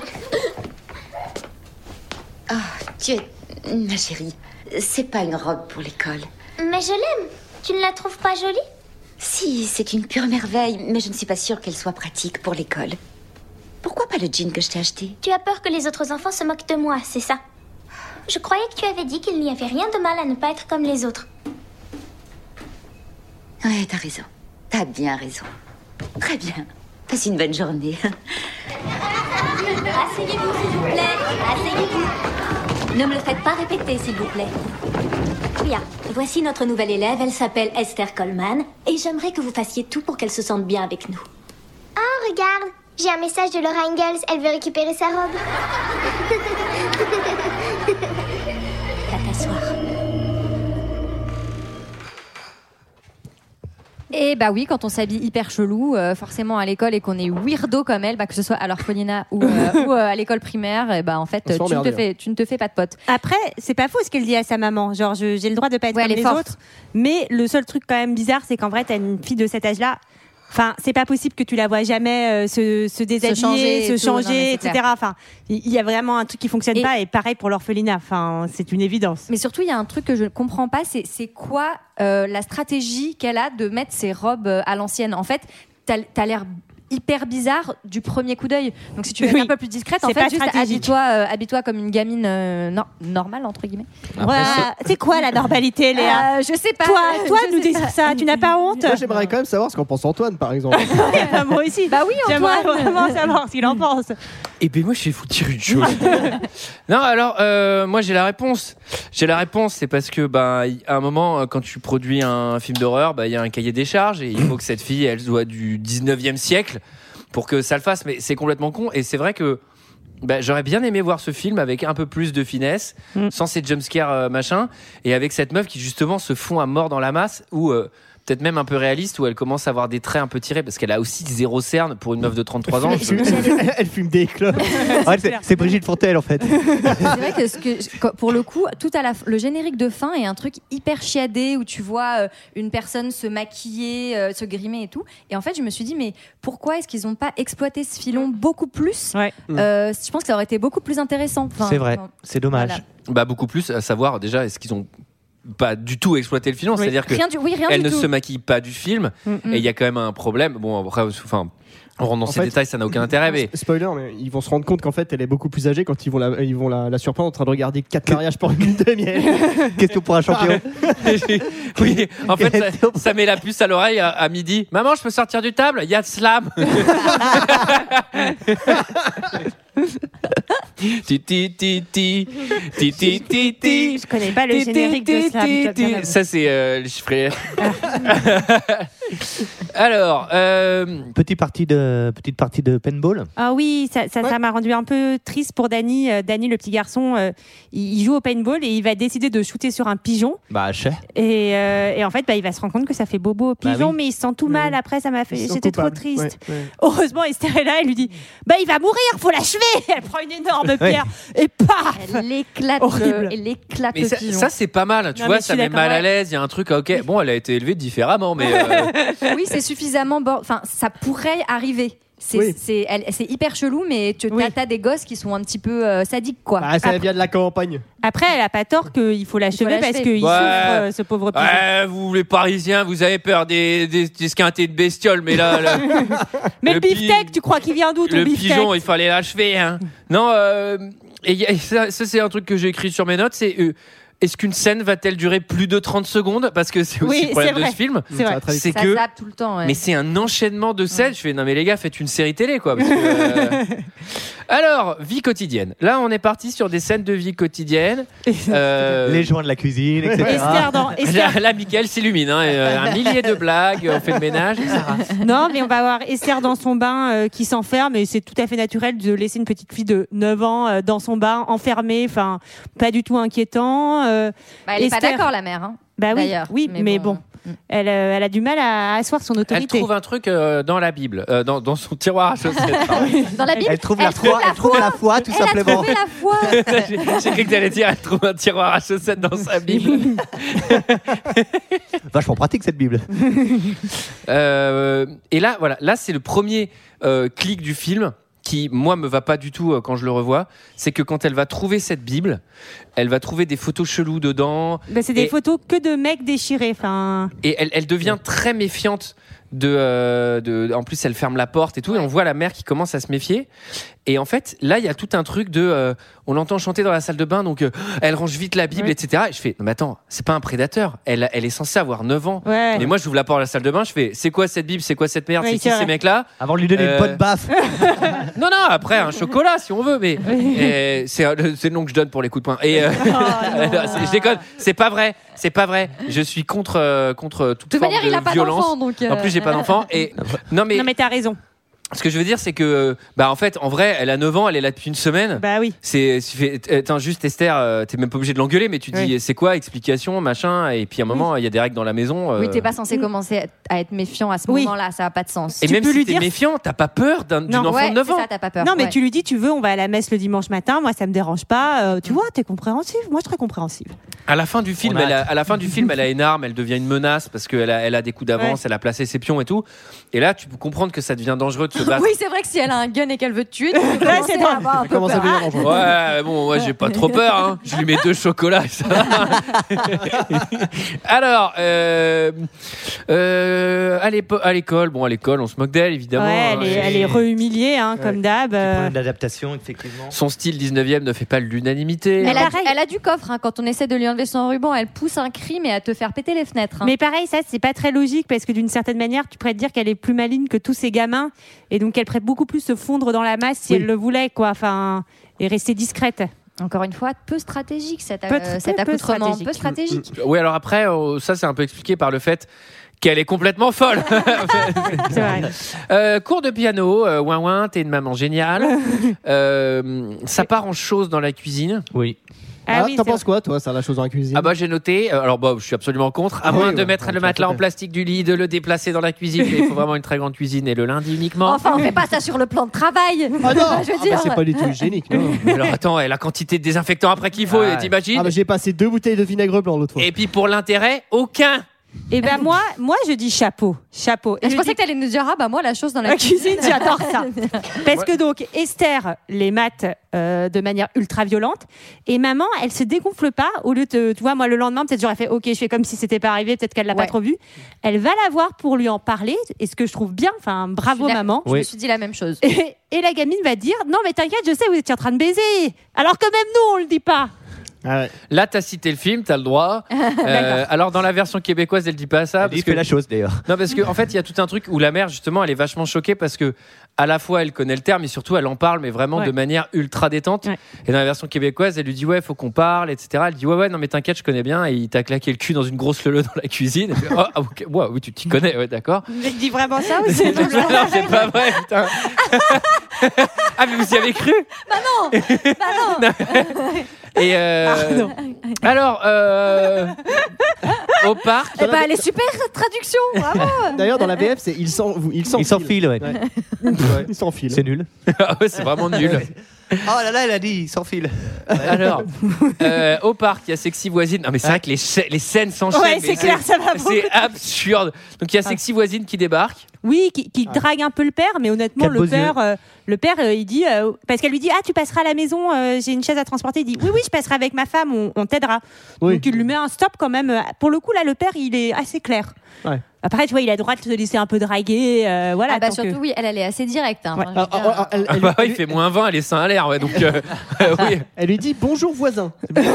Oh, tu es... Ma chérie, c'est pas une robe pour l'école. Mais je l'aime. Tu ne la trouves pas jolie? Si, c'est une pure merveille, mais je ne suis pas sûre qu'elle soit pratique pour l'école. Pourquoi pas le jean que je t'ai acheté? Tu as peur que les autres enfants se moquent de moi, c'est ça? Je croyais que tu avais dit qu'il n'y avait rien de mal à ne pas être comme les autres. Ouais, t'as raison. T'as bien raison. Très bien. Passe une bonne journée. Asseyez-vous, s'il vous plaît. Asseyez-vous. Ne me le faites pas répéter, s'il vous plaît. Bien, voici notre nouvelle élève, elle s'appelle Esther Coleman, et j'aimerais que vous fassiez tout pour qu'elle se sente bien avec nous. Oh, regarde. J'ai un message de Laura Ingalls. Elle veut récupérer sa robe. Va t'asseoir. Et bah oui, quand on s'habille hyper chelou, euh, forcément à l'école et qu'on est weirdo comme elle, bah, que ce soit à l'orphelinat ou, euh, ou euh, à l'école primaire, et bah en fait, On se tu ne, emmerde, te fais, tu ne te fais pas de potes. Après, c'est pas faux ce qu'elle dit à sa maman. Genre, je- j'ai le droit de pas être Ouais, comme elle est les forte. autres. Mais le seul truc quand même bizarre, c'est qu'en vrai, t'as une fille de cet âge-là. Enfin, c'est pas possible que tu la vois jamais euh, se, se déshabiller, changer se et changer, tout. Non, mais c'est et cetera. Enfin, il y a vraiment un truc qui fonctionne Et- pas. Et pareil pour l'orphelinat. Enfin, c'est une évidence. Mais surtout, il y a un truc que je ne comprends pas, c'est, c'est quoi euh, la stratégie qu'elle a de mettre ses robes euh, à l'ancienne. En fait, t'as, t'as l'air hyper bizarre du premier coup d'œil. Donc si tu veux être Oui. un peu plus discrète, en C'est fait, pas juste stratégique. habille-toi, euh, habille-toi comme une gamine euh, no- normale, entre guillemets. Après, Ouais, c'est quoi la normalité, Léa Euh, je sais pas. Toi, toi, je nous sais dire pas. ça, tu n'as pas honte? Moi, j'aimerais quand même savoir ce qu'en pense Antoine, par exemple. Enfin, moi aussi. Bah oui, J'aimerais Antoine. vraiment savoir ce qu'il en pense. Eh ben moi je vais vous dire une chose. Non alors euh, moi j'ai la réponse. J'ai la réponse, c'est parce que bah y- à un moment euh, quand tu produis un film d'horreur, bah il y a un cahier des charges et il faut que cette fille elle soit du dix-neuvième siècle pour que ça le fasse. Mais c'est complètement con et c'est vrai que bah, j'aurais bien aimé voir ce film avec un peu plus de finesse, Mm. sans ces jumpscares euh, machin, et avec cette meuf qui justement se fond à mort dans la masse, ou euh, peut-être même un peu réaliste, où elle commence à avoir des traits un peu tirés, parce qu'elle a aussi zéro cerne pour une meuf de trente-trois ans. Je- elle, elle fume des clopes. Ouais, c'est, c'est Brigitte Fontaine en fait. C'est vrai que, ce que pour le coup, tout à la, le générique de fin est un truc hyper chiadé où tu vois euh, une personne se maquiller, euh, se grimer et tout. Et en fait, je me suis dit, mais pourquoi est-ce qu'ils n'ont pas exploité ce filon beaucoup plus? Ouais. Euh, Je pense que ça aurait été beaucoup plus intéressant. Enfin, C'est vrai, bon, c'est dommage. voilà. Bah beaucoup plus, à savoir déjà, est-ce qu'ils ont pas du tout exploité le filon, Oui. c'est-à-dire que Rien du- oui, rien elle du ne tout. se maquille pas du film, Mm-mm. et il y a quand même un problème. Bon, après, enfin, on rentre dans En ces fait, détails, ça n'a aucun intérêt, mais Spoiler, mais ils vont se rendre compte qu'en fait, elle est beaucoup plus âgée quand ils vont la, ils vont la, la surprendre en train de regarder quatre mariages pour une lune de miel. Question pour un champion. oui, en fait, ça, ça met la puce à l'oreille à, à midi. Maman, je peux sortir du table? Il y a de slam. Ti, ti, ti, ti. Ti, ti, ti, ti. Je connais pas le générique de Slam, je dois bien avouer. Ça, c'est euh, les chiffres. Alors, euh... petite partie de petite partie de paintball. Ah oui, ça, ça, ouais. ça m'a rendu un peu triste pour Danny. Euh, Danny, le petit garçon, euh, il, il joue au paintball et il va décider de shooter sur un pigeon. Bah, je sais. Et, euh, et en fait, bah, il va se rendre compte que ça fait bobo au pigeon, bah oui. mais il se sent tout mal. Ouais. Après, ça m'a fait. J'étais trop triste. Ouais, ouais. Heureusement, Esther est là. Elle lui dit, bah, il va mourir, faut l'achever. Elle prend une énorme pierre et paf. Elle éclate. Horrible. Elle éclate mais le ça, pigeon. Ça, c'est pas mal. Tu non, vois, ça met mal à l'aise. Il y a un truc. Ok, bon, elle a été élevée différemment, mais. Euh... Oui, c'est suffisamment. Enfin, ça pourrait arriver. C'est, oui. c'est, elle, c'est hyper chelou, mais tu oui. as des gosses qui sont un petit peu euh, sadiques, quoi. Bah, ça Après... vient de la campagne. Après, elle a pas tort qu'il faut l'achever, faut parce qu'il ouais. souffre, euh, ce pauvre pigeon. Ouais, vous, les Parisiens, vous avez peur des, des, des squintés de bestioles, mais là... Le, mais le, le beefsteak, pi... tu crois qu'il vient d'où, ton le beefsteak ? Le pigeon, il fallait l'achever, hein. Non, euh, et, et ça, ça, c'est un truc que j'ai écrit sur mes notes, c'est... Euh, est-ce qu'une scène va-t-elle durer plus de trente secondes ? Parce que c'est aussi oui, le problème de ce film. C'est, vrai. c'est ça que zappe tout le temps. Ouais. Mais c'est un enchaînement de scènes. Ouais. Je fais non mais les gars, faites une série télé quoi. Parce que, euh... Alors vie quotidienne. Là on est parti sur des scènes de vie quotidienne. Euh... Les joints de la cuisine, et cetera. Esther dans, Esther... Là, là Mickaël s'illumine. Hein, euh, un millier de blagues. On fait le ménage. Et ça non mais on va voir Esther dans son bain euh, qui s'enferme et c'est tout à fait naturel de laisser une petite fille de neuf ans euh, dans son bain enfermée. Enfin pas du tout inquiétant. Euh, bah, elle est Esther... pas d'accord la mère. Hein, bah oui, d'ailleurs. oui, mais, mais bon. bon. Elle, euh, elle a du mal à asseoir son autorité. Elle trouve un truc euh, dans la Bible, euh, dans, dans son tiroir à chaussettes. Dans la Bible, elle trouve elle la foi, elle trouve la foi, tout elle simplement. Elle a trouvé la foi. j'ai, j'ai cru que t'allais dire, elle trouve un tiroir à chaussettes dans sa Bible. Vachement pratique cette Bible. euh, et là, voilà, là c'est le premier euh, clic du film. Qui, moi, me va pas du tout euh, quand je le revois, c'est que quand elle va trouver cette Bible, elle va trouver des photos cheloues dedans. Bah, c'est des et, photos que de mecs déchirés. Fin... Et elle, elle devient très méfiante. De, euh, de, en plus, elle ferme la porte et tout, et on voit la mère qui commence à se méfier. Et en fait, là, il y a tout un truc de... Euh, on l'entend chanter dans la salle de bain, donc euh, elle range vite la Bible, ouais. et cetera. Et je fais, non mais attends, c'est pas un prédateur. Elle, elle est censée avoir neuf ans. Ouais. Et moi, j'ouvre la porte de la salle de bain, je fais, c'est quoi cette Bible ? C'est quoi cette merde ? ouais, C'est qui ces mecs-là ? Avant de lui donner euh... une bonne baffe. Non, non, après, un chocolat, si on veut, mais et, c'est, c'est le nom que je donne pour les coups de poing. Et, euh, oh, je déconne, c'est pas vrai. C'est pas vrai. Je suis contre, euh, contre toute de forme manière, de il a violence. Pas d'enfant, donc euh... En plus, j'ai pas d'enfant. Et non mais. Non mais t'as raison. Ce que je veux dire, c'est que, bah, en fait, en vrai, elle a neuf ans, elle est là depuis une semaine. Bah oui. C'est, attends, juste Esther, euh, t'es même pas obligé de l'engueuler, mais tu dis, oui. c'est quoi, explication, machin, et puis à un moment, il oui. y a des règles dans la maison. Euh... Oui, t'es pas censé commencer à être méfiant à ce oui. moment-là, ça a pas de sens. Et tu même peux si lui t'es dire... méfiant, t'as pas peur d'un, d'une enfant ouais, de neuf ans. C'est ça, t'as pas peur. Non, mais ouais. tu lui dis, tu veux, on va à la messe le dimanche matin, moi ça me dérange pas, euh, tu vois, t'es compréhensive, moi je serais compréhensive. À la fin du film, elle a, à la fin du film, elle a une arme, elle devient une menace parce qu'elle a, elle a des coups d'avance, ouais. elle a placé ses pions et tout. Et là, tu peux comprendre que ça devient dangereux de se battre. Oui, c'est vrai que si elle a un gun et qu'elle veut te tuer, tu peux là, c'est à avoir un peu peur. Ouais, bon, moi, j'ai pas trop peur. Hein. Je lui mets deux chocolats. Ça Alors, euh, euh, à, à l'école, bon, à l'école, on se moque d'elle, évidemment. Ouais, elle est, elle est re-humiliée, hein, ouais. comme d'hab. C'est problème d'adaptation, effectivement. Son style dix-neuvième ne fait pas l'unanimité. Elle a, elle a du coffre. Hein. Quand on essaie de lui enlever son ruban, elle pousse un cri, mais à te faire péter les fenêtres. Hein. Mais pareil, ça, c'est pas très logique parce que d'une certaine manière, tu pourrais te dire qu'elle est plus maligne que tous ces gamins et donc elle pourrait beaucoup plus se fondre dans la masse si oui. elle le voulait, quoi. Enfin, et rester discrète. Encore une fois, peu stratégique cet, peu, euh, cet peu, accoutrement, peu stratégique. peu stratégique. Oui, alors après, euh, ça c'est un peu expliqué par le fait qu'elle est complètement folle. C'est vrai. Euh, cours de piano, euh, ouin ouin, t'es une maman géniale. euh, ça part en chose dans la cuisine. Oui. Ah, ah oui, t'en penses quoi, toi, ça, la chose dans la cuisine ? Ah bah j'ai noté. Alors bah je suis absolument contre. À ah, moins oui, de ouais, mettre ouais, le matelas en plastique du lit, de le déplacer dans la cuisine. Il faut vraiment une très grande cuisine et le lundi uniquement. Enfin, on fait pas ça sur le plan de travail. Ah non, je veux ah, dire. Bah, c'est pas du tout hygiénique. Non. Alors attends, la quantité de désinfectant après qu'il faut, ah, t'imagines ? Ah bah j'ai passé deux bouteilles de vinaigre blanc l'autre fois. Et puis pour l'intérêt, aucun. Et ben moi, moi je dis chapeau, chapeau. Et et je, je pensais dis... que t'allais nous dire ah bah moi la chose dans la, la cuisine, cuisine j'adore ça. Parce que donc Esther les mate euh, de manière ultra violente et maman elle se dégonfle pas au lieu de, tu vois moi le lendemain peut-être j'aurais fait ok je fais comme si c'était pas arrivé peut-être qu'elle l'a ouais. pas trop vu. Elle va la voir pour lui en parler et ce que je trouve bien, enfin bravo je maman. Je oui. me suis dit la même chose. Et, et la gamine va dire non mais t'inquiète je sais vous étiez en train de baiser alors que même nous on le dit pas. Ah ouais. Là, t'as cité le film, t'as le droit. Euh, alors, dans la version québécoise, elle dit pas ça. Elle dit fait la chose d'ailleurs. Non, parce qu'en en fait, il y a tout un truc où la mère, justement, elle est vachement choquée parce que à la fois elle connaît le terme et surtout elle en parle mais vraiment Ouais. de manière ultra détente. Ouais. Et dans la version québécoise, elle lui dit ouais, faut qu'on parle, et cetera. Elle dit ouais ouais non mais t'inquiète, je connais bien. Et il t'a claqué le cul dans une grosse leu dans la cuisine. Et puis, oh, ah, ok, ouais, oui tu t'y connais, ouais d'accord. Mais il dit vraiment ça ou c'est non, c'est pas vrai, putain. Ah mais vous y avez cru? Bah non, bah non. Et euh, alors euh, au parc. Eh ben, elle est super cette traduction, bravo. D'ailleurs, dans la V F, c'est il s'en il s'en Il s'enfile, ouais. Ouais. Il s'enfile. C'est nul. Ah ouais, c'est vraiment nul. Oh là là, elle a dit, il s'enfile. Alors, euh, au parc, il y a Sexy Voisine. Non, mais c'est vrai que les, cha- les scènes s'enchaînent. Ouais, mais c'est clair, ça va beaucoup. C'est absurde. Donc, il y a Sexy Voisine qui débarque. Oui, qui, qui drague un peu le père, mais honnêtement, Quel beau le père, euh, le père, euh, il dit, euh, parce qu'elle lui dit, ah, tu passeras à la maison, euh, j'ai une chaise à transporter. Il dit, oui, oui, je passerai avec ma femme, on, on t'aidera. Oui. Donc il lui met un stop quand même. Pour le coup, là, le père, il est assez clair. Ouais. Après, tu vois, il a le droit de se laisser un peu draguer, euh, voilà. Ah bah tant surtout que- oui, elle, elle est assez directe. Hein. Ouais. Enfin, je veux Ah, dire, ah, ah, elle, Ah elle bah, lui- il fait moins vingt, elle est seins à l'air. Ouais, donc, euh, euh, oui. elle lui dit bonjour voisin.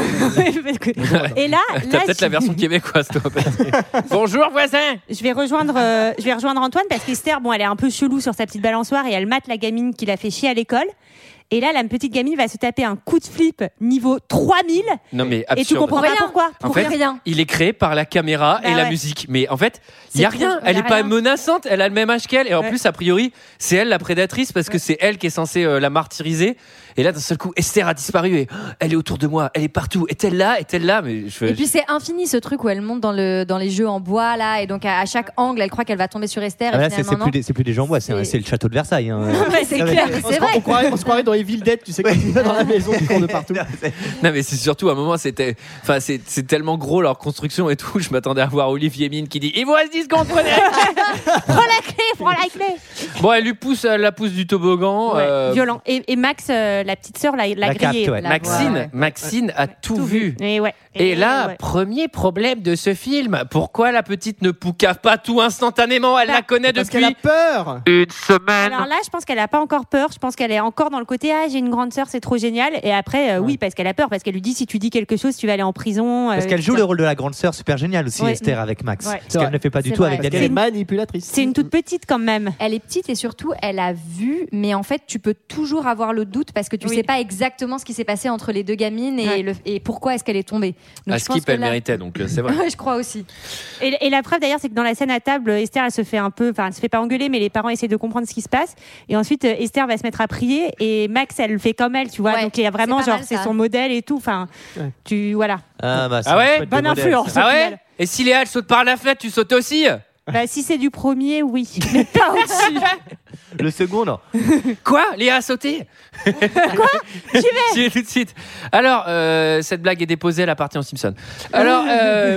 Et là, T'as là, peut-être je- la version québécoise, toi. peut-être. Bonjour, voisin. Je vais rejoindre, euh, je vais rejoindre Antoine parce qu'Esther, bon, elle est un peu chelou sur sa petite balançoire et elle mate la gamine qui l'a fait chier à l'école. Et là, la petite gamine va se taper un coup de flip niveau trois mille. Non, mais Et tu absurde. comprends pas Rien. pourquoi. En pour fait, rien. il est créé par la caméra Bah et la ouais. musique. Mais en fait, il y a C'est rien. trop- Elle y est a pas rien. menaçante. Elle a le même âge qu'elle. Et en Ouais. plus, a priori, c'est elle la prédatrice parce que c'est elle qui est censée euh, la martyriser. Et là, d'un seul coup, Esther a disparu et oh, elle est autour de moi. Elle est partout. Est-elle là? Est-elle là? Mais je, Et puis c'est infini ce truc où elle monte dans le dans les jeux en bois là et donc à, à chaque angle elle croit qu'elle va tomber sur Esther. Ah, et là, c'est c'est finalement, plus, des- c'est plus des gens en bois, c'est un- C'est- c'est le château de Versailles. hein. non. Ouais, c'est Ah ouais. clair, mais On c'est se, croirait, vrai. on, croirait, on se croirait dans Evil Dead, tu sais, quand tu vas dans la maison, tu cours de partout. Non mais c'est surtout à un moment c'était enfin c'est c'est tellement gros leur construction et tout, je m'attendais à voir Olivier Mine qui dit il vous reste dix secondes, prenez la clé. Prends la clé, prends la clé. Bon, elle lui pousse elle la pousse du toboggan. Ouais, euh, violent. Et, et Max, euh, la petite sœur, l'a, l'a La grillé. capte, ouais. La Maxine voix, ouais. Maxine a tout, vu. Et ouais. Et là, ouais. premier problème de ce film, pourquoi la petite ne poucave pas tout instantanément? Elle Bah, la connaît Parce depuis qu'elle a peur. une semaine. Alors là, je pense qu'elle a pas encore peur. Je pense qu'elle est encore dans le côté ah j'ai une grande sœur, c'est trop génial. Et après, euh, oui, parce qu'elle a peur, parce qu'elle lui dit si tu dis quelque chose, tu vas aller en prison. Parce euh, qu'elle joue tout le ça. rôle de la grande sœur super génial aussi, Ouais. Esther, avec Max. Ouais. Ce qu'elle ne fait pas du C'est tout vrai. avec Parce qu'elle est Daniel. manipulatrice. C'est une toute petite quand même. Elle est petite et surtout elle a vu, mais en fait tu peux toujours avoir le doute parce que tu Oui. sais pas exactement ce qui s'est passé entre les deux gamines et, Ouais. le, et pourquoi est-ce qu'elle est tombée. Donc, À je pense Skip, que elle là- méritait, donc euh, c'est vrai. Ouais, je crois aussi. Et, et la preuve d'ailleurs, c'est que dans la scène à table, Esther, elle se fait un peu, enfin, elle se fait pas engueuler, mais les parents essaient de comprendre ce qui se passe. Et ensuite, euh, Esther va se mettre à prier et Max, elle fait comme elle, tu vois. Ouais, Donc il y a vraiment c'est pas genre, mal, c'est ça. son modèle et tout. Enfin, Ouais. tu voilà. Ah, bah, c'est Ah un ouais chouette Bonne modèle. influence. Ah au ouais final. Et si Léa elle saute par la fenêtre, tu sautes aussi? Bah, si c'est du premier, oui. Mais pas au-dessus. Le second, non. Quoi? Léa a sauté? Quoi? J'y vais. J'y vais tout de suite. Alors, euh, cette blague est déposée, elle appartient aux Simpsons. Alors, euh,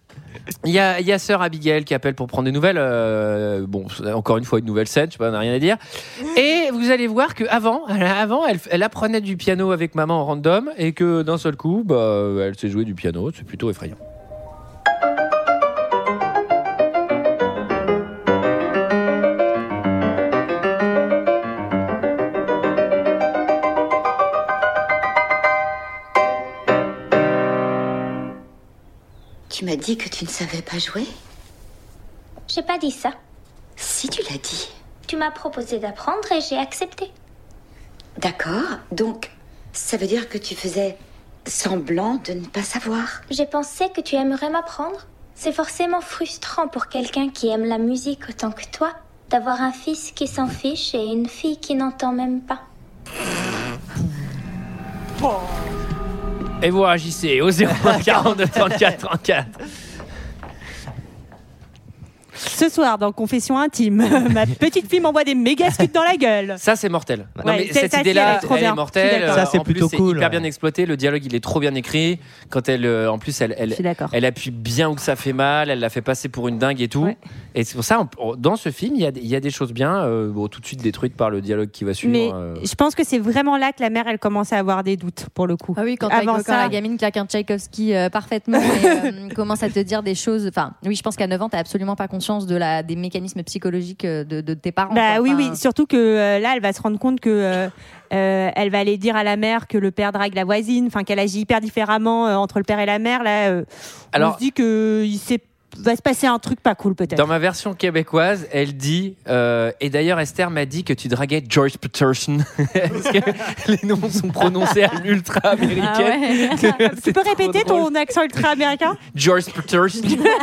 il y a, il y a sœur Abigail qui appelle pour prendre des nouvelles. euh, bon, c'est encore une fois, une nouvelle scène, je sais pas, on n'a rien à dire. Et vous allez voir qu'avant, avant, elle, elle apprenait du piano avec maman en random et que d'un seul coup, bah, elle sait jouer du piano. C'est plutôt effrayant. Tu m'as dit que tu ne savais pas jouer? J'ai pas dit ça. Si, tu l'as dit. Tu m'as proposé d'apprendre et j'ai accepté. D'accord. Donc, ça veut dire que tu faisais semblant de ne pas savoir. J'ai pensé que tu aimerais m'apprendre. C'est forcément frustrant pour quelqu'un qui aime la musique autant que toi d'avoir un fils qui s'en fiche et une fille qui n'entend même pas. Et vous réagissez au zéro un quarante-deux trente-quatre trente-quatre. Ce soir, dans Confession intime, ma petite fille m'envoie des méga scuds dans la gueule. Ça, c'est mortel. Non, Ouais, mais c'est- cette ça, idée-là, elle est trop elle bien. est Je suis mortelle. d'accord. Ça, c'est en plus, plutôt c'est cool, hyper ouais. bien exploité. Le dialogue, il est trop bien écrit. Quand elle, euh, en plus, elle, elle, Je suis d'accord. elle appuie bien où ça fait mal. Elle la fait passer pour une dingue et tout. Ouais. Et c'est pour ça, on- dans ce film, il y a, il y a des choses bien, euh, bon, tout de suite détruites par le dialogue qui va suivre. Mais euh. je pense que c'est vraiment là que la mère, elle commence à avoir des doutes, pour le coup. Ah oui, quand, Avant quand ça- la gamine claque un Tchaïkovski euh, parfaitement et euh, commence à te dire des choses. Enfin, oui, je pense qu'à neuf ans, t'as absolument pas conscience de la, des mécanismes psychologiques euh, de, de tes parents. Bah quoi. oui, Enfin, oui. Surtout que euh, là, elle va se rendre compte que euh, euh, elle va aller dire à la mère que le père drague la voisine, enfin qu'elle agit hyper différemment euh, entre le père et la mère. Là, euh, Alors- on se dit que il sait. va se passer un truc pas cool peut-être. Dans ma version québécoise, elle dit, euh, et d'ailleurs Esther m'a dit que tu draguais George Peterson, parce que les noms sont prononcés à l'ultra américaine. Ah ouais. Tu peux répéter ton accent ultra américain? George Peterson.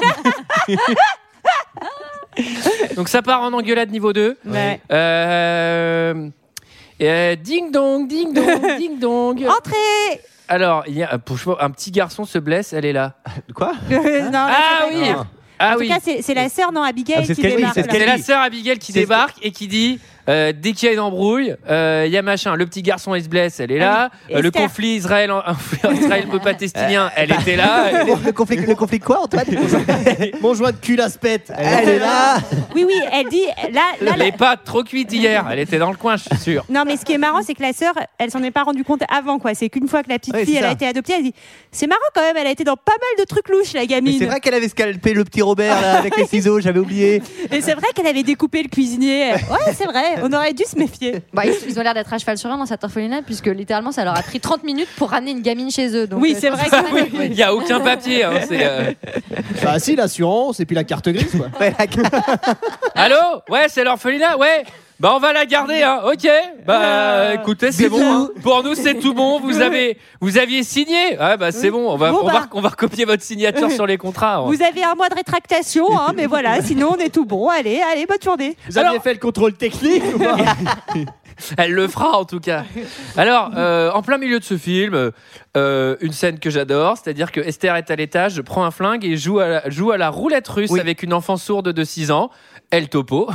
Donc ça part en engueulade niveau deux. Ouais. Euh, euh, ding dong, ding dong, ding dong. Entrez. Alors, il y a un petit garçon se blesse, elle est là. Quoi? Non, là, Ah c'est pas oui. grave. Ah en oui. tout cas, c'est, c'est la sœur, non, Abigail, Ah, c'est qui ce qu'elle dit, débarque. c'est ce là. qu'elle C'est la dit. sœur Abigail qui C'est débarque et qui dit euh, dès qu'il y a une embrouille, euh, il y a machin. Le petit garçon il se blesse, elle est là. Ah oui. Euh, le Esther. conflit Israël, Israël peu palestinien, elle était là. Elle- Le conflit, le conflit quoi, Antoine? Mon joint de cul à se pète. Elle est là. Oui, oui, elle dit. Là, là, Elle n'est pas trop cuite hier. Elle était dans le coin, je suis sûr. Non, mais ce qui est marrant, c'est que la sœur, elle s'en est pas rendue compte avant, quoi. C'est qu'une fois que la petite Ouais, fille, c'est elle a ça. été adoptée, elle dit c'est marrant quand même, elle a été dans pas mal de trucs louches, la Mais gamine. c'est vrai qu'elle avait scalpé le petit Robert là, avec les ciseaux, j'avais oublié. Et c'est vrai qu'elle avait découpé le cuisinier. Ouais, c'est vrai, on aurait dû se méfier. Bah, ils, ils ont l'air d'être à cheval sur rien dans cette orphelinat, puisque littéralement ça leur a pris trente minutes pour ramener une gamine chez eux. Donc, Oui, euh, c'est je vrai pense que- que- Il n'y a aucun papier. Hein, c'est, euh, Bah si, l'assurance et puis la carte grise quoi. Ouais, Allô? Ouais, c'est l'orphelinat? Ouais. Bah on va la garder, hein. Ok. Bah Euh, écoutez, c'est bisous. bon. Hein. Pour nous, c'est tout bon. Vous avez, vous aviez signé. Ouais, bah c'est bon. On va, Bon, on bah. va, on va recopier votre signature sur les contrats. Vous avez un mois de rétractation, hein, mais voilà, sinon on est tout bon. Allez, allez, bonne journée. Vous aviez Alors- fait le contrôle technique ou pas? Elle le fera en tout cas. Alors, euh, en plein milieu de ce film, euh, une scène que j'adore, c'est-à-dire que Esther est à l'étage, prend un flingue et joue à la, joue à la roulette russe Oui. avec une enfant sourde de six ans. Elle topo.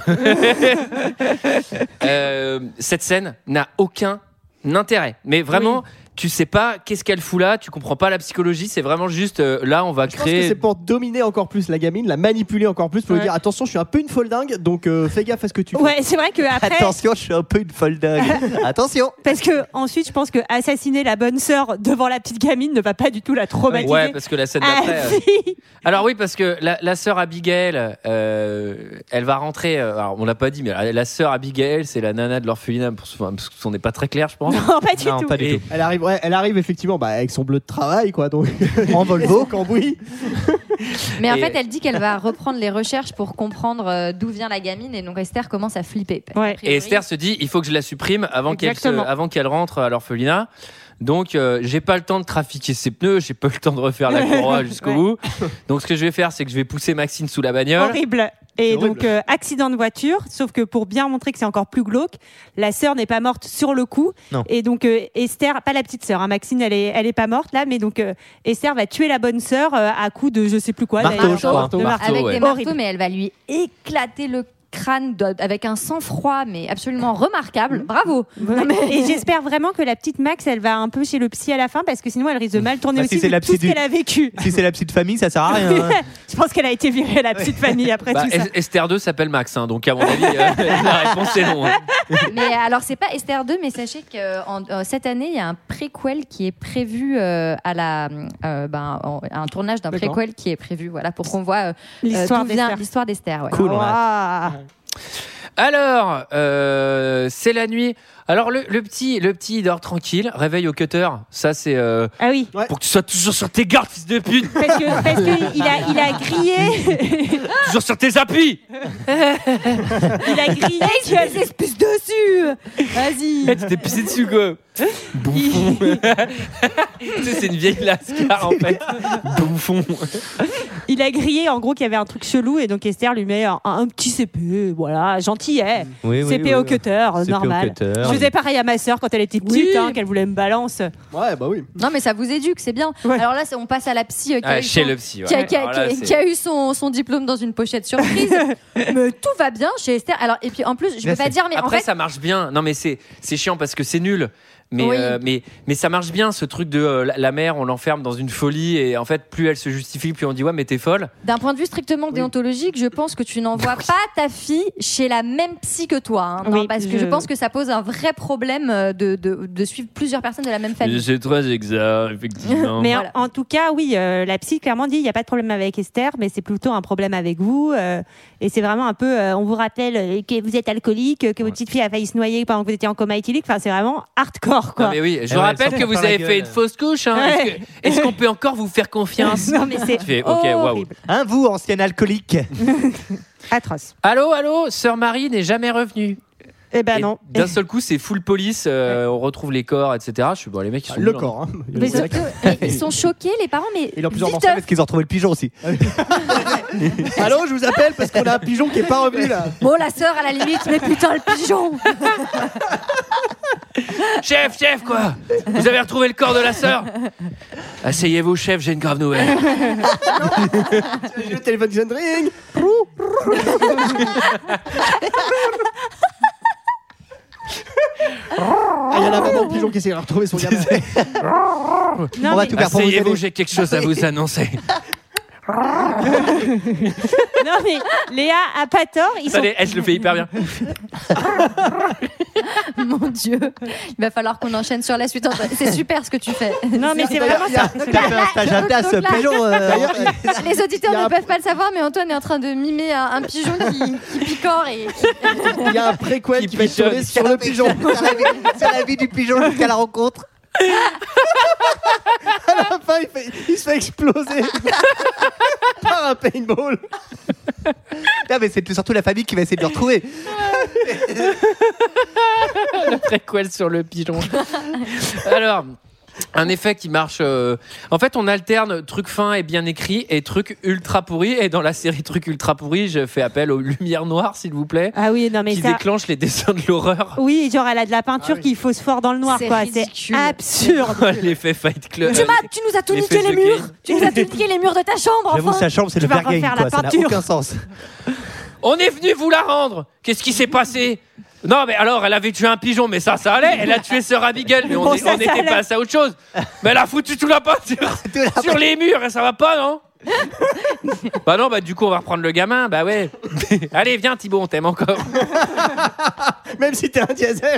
Euh, cette scène n'a aucun intérêt. Mais vraiment, tu sais pas qu'est-ce qu'elle fout là, tu comprends pas la psychologie, c'est vraiment juste euh, là, on va Je pense que créer. c'est pour dominer encore plus la gamine, la manipuler encore plus, pour lui Ouais. dire attention, je suis un peu une folle dingue, donc euh, fais gaffe à ce que tu fais. Ouais, c'est vrai que après, attention, je suis un peu une folle dingue. Attention. parce que ensuite, je pense que assassiner la bonne sœur devant la petite gamine ne va pas du tout la traumatiser. Ouais, parce que la scène Ah, d'après. euh, si. Alors oui, parce que la, la sœur Abigail, euh, elle va rentrer. euh, alors on l'a pas dit, mais la, la sœur Abigail, c'est la nana de l'orphelinat. Pour, enfin, parce que ce n'est pas très clair, je pense. Non, pas du Non, tout. pas du Et- tout. Elle arrive, ouais, elle arrive effectivement bah, avec son bleu de travail, quoi. Donc En Volvo. cambouis. Mais en Et- fait, elle dit qu'elle va reprendre les recherches pour comprendre euh, d'où vient la gamine, et donc Esther commence à flipper. Ouais. A priori- Et Esther se dit, il faut que je la supprime avant qu'elle, se- Exactement. avant qu'elle rentre à l'orphelinat. Donc, euh, j'ai pas le temps de trafiquer ses pneus, j'ai pas le temps de refaire la courroie jusqu'au Ouais. bout. Donc, ce que je vais faire, c'est que je vais pousser Maxine sous la bagnole. Horrible. Et C'est donc, horrible. euh, accident de voiture, sauf que pour bien montrer que c'est encore plus glauque, la sœur n'est pas morte sur le coup. Non. Et donc, euh, Esther, pas la petite sœur, hein, Maxine, elle est, elle est pas morte là, mais donc, euh, Esther va tuer la bonne sœur euh, à coup de je sais plus quoi. Marteau, d'ailleurs. je crois. De Marteau. marteau. avec ouais. des marteaux, Horrible. mais elle va lui éclater le crâne de- avec un sang-froid, mais absolument remarquable. Bravo. Non, mais- Et j'espère vraiment que la petite Max, elle va un peu chez le psy à la fin, parce que sinon, elle risque de mal tourner Bah, si aussi c'est vu la tout psy ce du- qu'elle a vécu. Si c'est la petite famille, ça sert à rien. hein. Je pense qu'elle a été virée à la petite famille après Bah, tout ça. Es- Esther deux s'appelle Max, hein, donc à mon avis, euh, la réponse est non. hein. Mais alors, c'est pas Esther deux, mais sachez que euh, en- euh, cette année, il y a un préquel qui est prévu euh, à la, euh, ben, en- un tournage d'un D'accord. préquel qui est prévu, voilà, pour qu'on voit euh, L'histoire euh, d'où vient d'Esther. l'histoire d'Esther. Ouais. Cool. ouais. Waouh. Alors, euh, c'est la nuit. Alors, le, le petit, le petit, il dort tranquille, réveille au cutter. Ça, c'est euh, Ah oui. pour que tu sois toujours sur tes gardes, fils de pute. Parce que, parce que il a, il a grillé. Toujours sur tes appuis. Il a grillé. Tu as des espèces dessus. Vas-y. Tu t'es pissé dessus, quoi. Bouffon. Tu sais, c'est une vieille lascar, en fait. Bouffon. Il a grillé en gros qu'il y avait un truc chelou et donc Esther lui met un, un petit C P, voilà, gentillet. Oui, oui, C P oui, au oui. cutter, C P au normal. cutter. Je faisais pareil à ma sœur quand elle était petite, Oui. hein, qu'elle voulait me balance. Ouais, bah oui. Non, mais ça vous éduque, c'est bien. Ouais. Alors là, c'est- on passe à la psy euh, qui, a Ah, eu chez son- le psy. ouais. qui a, qui a- Alors là, qui a- c'est- qui a eu son, son diplôme dans une pochette surprise. Mais tout va bien chez Esther. Alors, et puis en plus, je Là, peux pas c'est- dire, mais Après, en fait, ça marche bien. Non, mais c'est c'est chiant parce que c'est nul. Mais, Oui. euh, mais, mais ça marche bien, ce truc de euh, la, la mère, on l'enferme dans une folie et en fait, plus elle se justifie, plus on dit ouais, mais t'es folle. d'un point de vue strictement déontologique, je pense que tu n'envoies pas ta fille chez la même psy que toi. hein. Non, Oui, parce que je- je pense que ça pose un vrai problème euh, de, de, de suivre plusieurs personnes de la même famille. C'est très exact, effectivement. Mais Voilà. en, en tout cas, oui, euh, la psy clairement dit il n'y a pas de problème avec Esther, mais c'est plutôt un problème avec vous. euh, et c'est vraiment un peu, euh, on vous rappelle euh, que vous êtes alcoolique, que votre petite fille a failli se noyer pendant que vous étiez en coma éthylique. Enfin, c'est vraiment hardcore. mort, quoi. Non, mais oui, je Eh vous ouais, rappelle elle que s'en vous prend la avez gueule. fait une fausse couche. Hein. Ouais. Est-ce, que- est-ce qu'on peut encore vous faire confiance? Non, mais c'est Tu fais, ok, waouh. horrible. Hein, vous, ancien alcoolique. Atroce. Allô, allô, Sœur Marie n'est jamais revenue. Eh ben Et non. D'un seul coup, c'est full police. euh, on retrouve les corps, et cetera. Je suis bon, les mecs, ils sont Le nuls, corps. Hein. Mais surtout, mais ils sont choqués, les parents, mais Il a plusieurs vite, morceaux parce qu'ils ont retrouvé le pigeon aussi. Allô, je vous appelle parce qu'on a un pigeon qui est pas revenu là. bon, la sœur à la limite, mais putain, le pigeon. Chef, chef, quoi. Vous avez retrouvé le corps de la sœur? Asseyez-vous, chef, j'ai une grave nouvelle. J'ai le téléphone qui sonne, ring. Ah, il y a la maman pigeon qui essaie de retrouver son gamin. Non, On va mais- tout faire pour vous Asseyez-vous, aider. j'ai quelque chose à vous annoncer. non, mais Léa a pas tort. Ils sont... Attendez, elle, je le fais hyper bien. Mon Dieu, il va falloir qu'on enchaîne sur la suite. C'est super ce que tu fais. Non, mais c'est D'ailleurs, vraiment il y a- ça. Tu as fait un stage à tasse, donc là- pigeon. euh, D'ailleurs, Les auditeurs Il y a ne un- peuvent pas le savoir, mais Antoine est en train de mimer un, un pigeon qui, qui picore et qui- il y a un préquel Qui qui va être tourné pigeonne. sur le pigeon. Sur la vie- sur la vie du pigeon jusqu'à la rencontre. À la fin, il, fait- il se fait exploser par un paintball. Non, mais c'est surtout la famille qui va essayer de le retrouver. Le préquel sur le pigeon. Alors, un effet qui marche. euh, En fait, on alterne truc fin et bien écrit et truc ultra pourri. Et dans la série truc ultra pourri, je fais appel aux lumières noires, s'il vous plaît, Ah oui, non, mais qui ça. déclenchent les dessins de l'horreur. Oui, genre elle a de la peinture qui phosphore dans le noir, C'est quoi. ridicule. C'est absurde. L'effet Fight Club. tu, m'as- tu nous as tout Les niqué fesses les de murs. Kane. Tu nous as tout niqué les murs de ta chambre. J'avoue, Enfin. sa chambre, c'est Tu le vas Berghain, refaire la quoi. Ça n'a peinture. aucun sens. On est venu vous la rendre. Qu'est-ce qui s'est passé? Non, mais alors, elle avait tué un pigeon, mais ça, ça allait. Elle a tué Sœur Abigail, mais on Bon, est- ça, on ça était allait. passé à autre chose. Mais elle a foutu tout la peinture sur les murs et ça va pas, non? Bah non, bah du coup, on va reprendre le gamin. Bah ouais. Allez, viens, Thibaut, on t'aime encore. Même si t'es un diesel.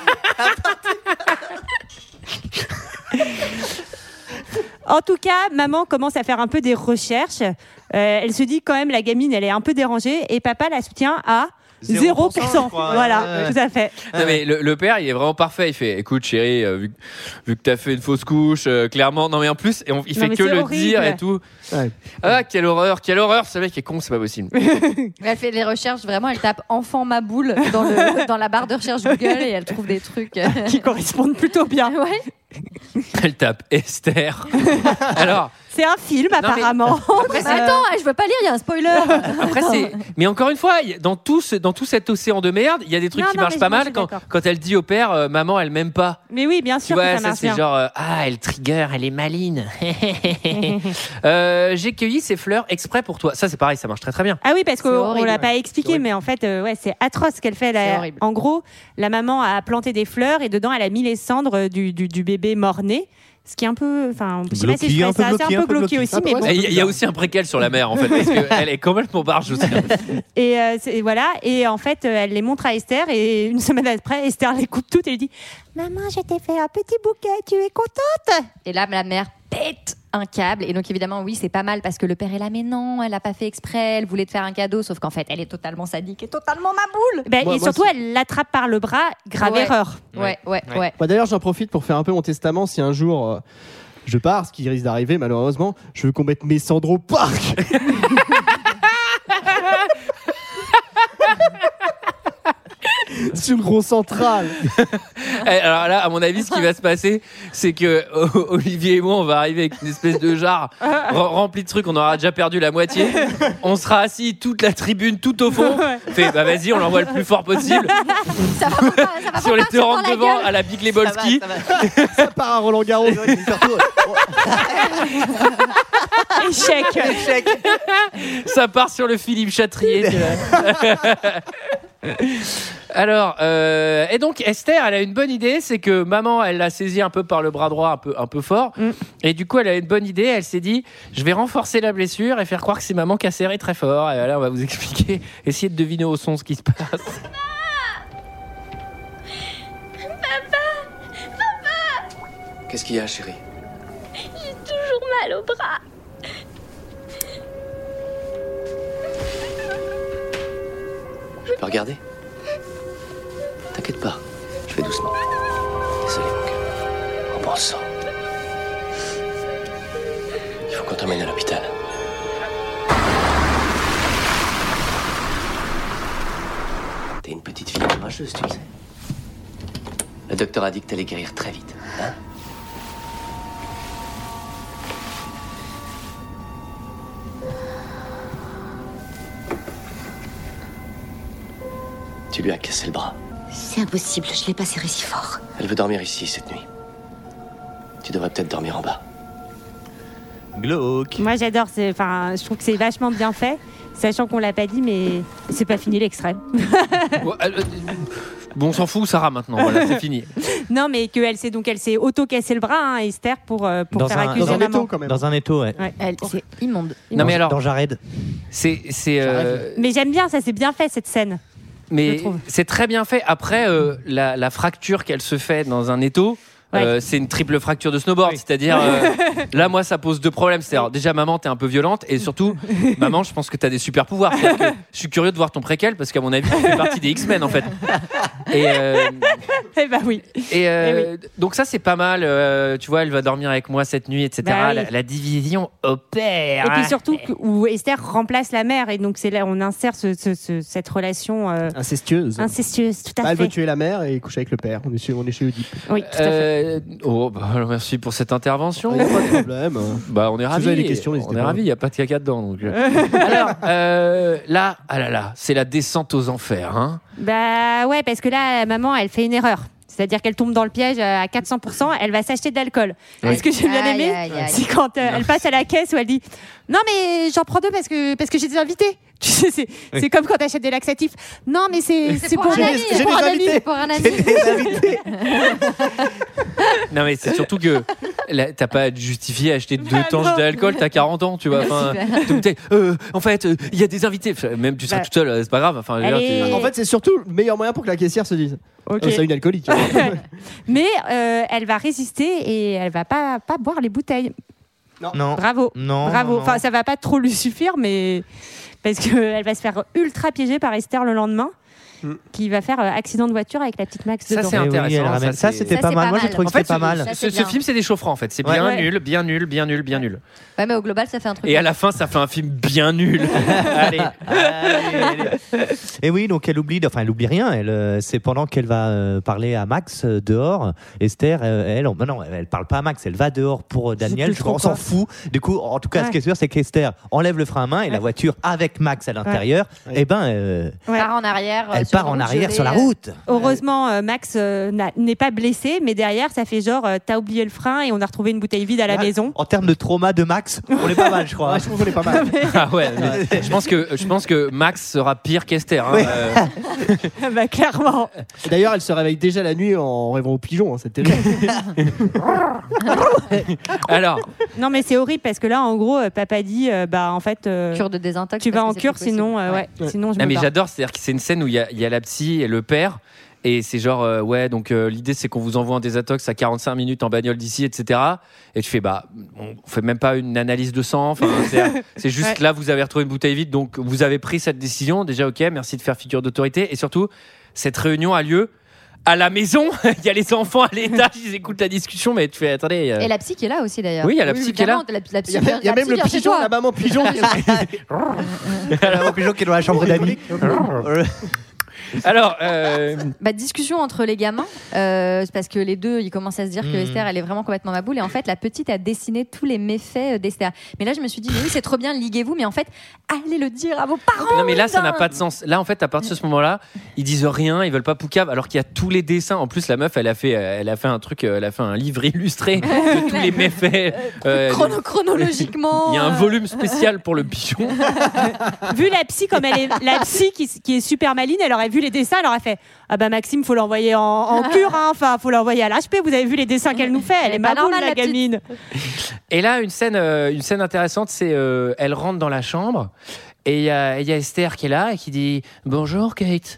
En tout cas, maman commence à faire un peu des recherches. Euh, elle se dit quand même, la gamine, elle est un peu dérangée et papa la soutient à zéro pour cent. je crois. Voilà, Ouais. tout à fait. Non, mais le, le père, il est vraiment parfait. Il fait, écoute, chérie, euh, vu, que- vu que t'as fait une fausse couche, euh, clairement, non mais en plus, et on- il Non, fait mais que c'est le horrible. dire et tout. Ouais. Ah, quelle horreur, quelle horreur. Ce mec est con, c'est pas possible. Elle fait des recherches, vraiment, elle tape enfant ma boule dans, le, dans la barre de recherche Google et elle trouve des trucs. euh, Qui correspondent plutôt bien. Ouais. Elle tape Esther. Alors, C'est un film, Non, mais- apparemment. Mais attends, je veux pas lire, il y a un spoiler. après, c'est. Mais encore une fois, il y a- dans tout, ce, dans tout cet océan de merde, il y a des trucs Non, qui non, marchent mais pas moi, je mal suis quand, d'accord. quand elle dit au père, euh, maman, elle m'aime pas. Mais oui, bien Tu sûr vois, que ça ça marche c'est bien. genre euh, ah, elle trigger, elle est maline. euh, J'ai cueilli ces fleurs exprès pour toi. Ça c'est pareil, ça marche très très bien. Ah oui, parce C'est qu'on horrible, l'a ouais. pas expliqué, mais en fait, euh, ouais, c'est atroce ce qu'elle fait. C'est Là. horrible. En gros, la maman a planté des fleurs et dedans, elle a mis les cendres du, du, du bébé mort-né. Ce qui est un peu. Enfin, je sais pas si je Glauqui, un ferais peu ça. C'est glauqui, un un peu peu glauqui glauqui. aussi, Un mais peu, bon. ouais. Et Il y, a- il y a aussi un préquel sur la mère en fait, parce qu'elle est complètement barge aussi. Et euh, c'est- voilà. Et en fait, euh, elle les montre à Esther et une semaine après, Esther les coupe toutes et lui dit Maman, je t'ai fait un petit bouquet, tu es contente? Et là, la mère pète un câble. Et donc, évidemment, oui, c'est pas mal parce que le père est là, mais non, elle a pas fait exprès, elle voulait te faire un cadeau, sauf qu'en fait, elle est totalement sadique et totalement ma boule. Ben, Moi- Et moi, surtout, c'est- elle l'attrape par le bras, grave Ouais. erreur. Ouais, ouais, ouais. Bah, d'ailleurs, j'en profite pour faire un peu mon testament. Si un jour euh, je pars, ce qui risque d'arriver malheureusement, je veux qu'on mette mes cendres au parc. Sur le rond central. Eh, Alors là, à mon avis, ce qui va se passer, c'est que O- Olivier et moi, on va arriver avec une espèce de jarre re- rempli de trucs. On aura déjà perdu la moitié. On sera assis toute la tribune, tout au fond. Fait, bah vas-y, on l'envoie le plus fort possible Ça va pas, ça va sur pas les partir dans torrents la devant gueule. à la Big Lebowski. Ça part à Roland Garros. Échec. Ça part sur le Philippe Chatrier. tu vois. Alors, euh, et donc Esther, elle a une bonne idée, c'est que maman, elle l'a saisie un peu par le bras droit, un peu, un peu fort, Mm. et du coup, elle a une bonne idée. Elle s'est dit, je vais renforcer la blessure et faire croire que c'est maman qui a serré très fort. Et là, on va vous expliquer, essayer de deviner au son ce qui se passe. Qu'est-ce qu'il y a, chérie? J'ai toujours mal au bras. Je peux regarder? T'inquiète pas, je fais doucement. Désolé, mon cœur. bon sang. Il faut qu'on t'emmène à l'hôpital. T'es une petite fille courageuse, tu le sais. Le docteur a dit que t'allais guérir très vite, hein? Tu lui as cassé le bras. C'est impossible, je l'ai pas serré si fort. Elle veut dormir ici cette nuit. Tu devrais peut-être dormir en bas. Glauque. Moi j'adore, c'est- enfin, je trouve que c'est vachement bien fait, sachant qu'on l'a pas dit, mais c'est pas fini l'extrait. Ouais, euh, euh, Bon, on s'en fout, Sarah, maintenant. Voilà, c'est fini. Non, mais qu'elle s'est donc elle s'est auto cassé le bras, hein, Esther, pour euh, pour Dans faire un, accuser dans un maman. étau, quand même. Dans un étau, ouais. Ouais. Elle, c'est immonde. Non, mais alors. Dans Jared. C'est. c'est euh, Mais j'aime bien, ça c'est bien fait cette scène. Mais c'est très bien fait. Après, euh, la, la fracture qu'elle se fait dans un étau, euh, Ouais. c'est une triple fracture de snowboard. C'est-à-dire, euh, là, moi, ça pose deux problèmes. C'est-à-dire, déjà, maman, t'es un peu violente. Et surtout, maman, je pense que t'as des super pouvoirs. C'est-à-dire que je suis curieux de voir ton préquel parce qu'à mon avis, tu fais partie des X-Men, en fait. Et, euh, Eh bah oui. et euh, donc, ça, c'est pas mal. Euh, tu vois, elle va dormir avec moi cette nuit, et cetera. Bah oui. la, la division opère. Et puis surtout que- où Esther remplace la mère, et donc c'est là on insère ce- ce- ce- cette relation euh, Incestueuse. incestueuse, tout à Bah, elle fait. veut tuer la mère et coucher avec le père. On est chez, on est chez Oedipe. Oui, tout à fait. Euh, oh, bah, alors, merci pour cette intervention. Il n'y a pas de problème. Bah, on est Si ravis. vous avez des questions, n'hésitez on est pas. ravis, il n'y a pas de caca dedans. Donc. euh. Alors, euh, là, ah là là, c'est la descente aux enfers. Hein. Bah ouais, parce que là, maman, elle fait une erreur. C'est-à-dire qu'elle tombe dans le piège à quatre cents pour cent, elle va s'acheter de l'alcool. Oui. Et ce que j'ai bien Aïe, aimé, aïe, aïe. c'est quand euh, elle passe à la caisse où elle dit « Non mais j'en prends deux parce que, parce que j'ai des invités. » Tu sais, c'est Oui. c'est comme quand t'achètes des laxatifs. Non mais c'est C'est pour un j'ai- ami, c'est j'ai pour des un ami. invités. Pour un ami. Non, mais c'est surtout que là, t'as pas à te justifier à acheter deux Ah, tanches non. d'alcool, t'as quarante ans, tu vois. Enfin, donc, t'es, euh, en fait, euh, il y a des invités. Enfin, même tu seras Bah, toute seule, euh, c'est pas grave. Enfin, elle là, est- t'es- En fait, c'est surtout le meilleur moyen pour que la caissière se dise Ok. oh, c'est une alcoolique. Mais euh, elle va résister et elle va pas, pas boire les bouteilles. Non. Bravo. Non. Bravo. non, non. Enfin, ça va pas trop lui suffire, mais parce qu'elle va se faire ultra piéger par Esther le lendemain, Mm. qui va faire euh, accident de voiture avec la petite Max Ça, dedans. c'est Eh oui, intéressant, elle ramène- ça, Ça, c'est- c'était Ça, pas c'est mal. pas Moi, j'ai mal. trouvé En que fait, c'était pas mal. Ça, ce, c'est ce bien. film, c'est des chauffants en fait. C'est Ouais. bien Ouais. nul, bien nul, bien nul, bien nul. Ouais, mais au global, ça fait un truc. Et à la fin, ça fait un film bien nul. Allez. Et oui, donc elle oublie, enfin elle oublie rien. Elle, euh, c'est pendant qu'elle va euh, parler à Max euh, dehors. Esther, euh, elle, on- non, elle parle pas à Max. Elle va dehors pour euh, Daniel. plus Je crois, on trop s'en quoi. fout. Du coup, en tout cas, ce Ouais. qui est sûr, c'est qu'Esther enlève le frein à main et la Ouais. voiture avec Max à l'intérieur. Ouais. Et ben, euh, Ouais. Part en arrière. euh, elle sur part une en route arrière gelée, sur la euh, route. Heureusement, euh, Max euh, n'a- n'est pas blessé, mais derrière, ça fait genre, euh, t'as oublié le frein et on a retrouvé une bouteille vide à la Là, maison. En termes de trauma de Max, on est pas mal, je crois. Ouais, je trouve qu'on est pas mal. Ah ouais, mais je pense que je pense que Max sera pire qu'Esther. Hein. Oui. Euh, bah, clairement. Et D'ailleurs, elle se réveille déjà la nuit en rêvant aux pigeons. Hein, c'est terrible. alors, Non, mais c'est horrible parce que là, en gros, euh, papa dit, euh, bah, en fait, euh, Cure de désintox. tu vas parce en que c'est cure, plus possible. sinon, euh, ouais, Ouais. sinon je non, me mais barre. j'adore, c'est-à-dire que c'est une scène où il y a, il y a la psy et le père. Et c'est genre, euh, ouais, donc euh, l'idée c'est qu'on vous envoie en désintox à quarante-cinq minutes en bagnole d'ici, et cetera. Et tu fais, bah, on fait même pas une analyse de sang. Enfin, c'est, c'est juste Ouais. là, vous avez retrouvé une bouteille vide, donc vous avez pris cette décision. Déjà, ok, merci de faire figure d'autorité. Et surtout, cette réunion a lieu à la maison. Il y a les enfants à l'étage, ils écoutent la discussion, mais tu fais, attendez. euh, Et la psy qui est là aussi d'ailleurs. Oui, il y a la psy qui est là. évidemment, La, la psy Il y a, vient- il y a la même psy le vient chez pigeon, toi. la maman pigeon. qui est- Alors, pigeon qui est dans la chambre d'amis. Alors, euh, Bah, discussion entre les gamins, euh, c'est parce que les deux, ils commencent à se dire que Mhm. Esther, elle est vraiment complètement ma boule. Et en fait, la petite a dessiné tous les méfaits euh, d'Esther. Mais là, je me suis dit, mais oui, c'est trop bien, liguez-vous. Mais en fait, allez le dire à vos parents. non, mais là, ça putain. n'a pas de sens. Là, en fait, à partir de ce moment-là, ils disent rien, ils veulent pas Poucave, alors qu'il y a tous les dessins. En plus, la meuf, elle a fait, euh, elle a fait un truc, euh, elle a fait un livre illustré de tous les méfaits. euh, Chrono- chronologiquement. Il y a un euh, volume spécial pour le pigeon. Vu la psy, comme elle est, la psy qui, qui est super maline, elle aurait vu les dessins, elle aurait fait ah bah Maxime, faut l'envoyer en, en cure, hein. Enfin, faut l'envoyer à l'H P. Vous avez vu les dessins qu'elle nous fait, elle, Elle est est pas ma boule, normale, la la petite. gamine. Et là, une scène, euh, une scène intéressante, c'est euh, elle rentre dans la chambre et il y, a il y a Esther qui est là et qui dit bonjour Kate.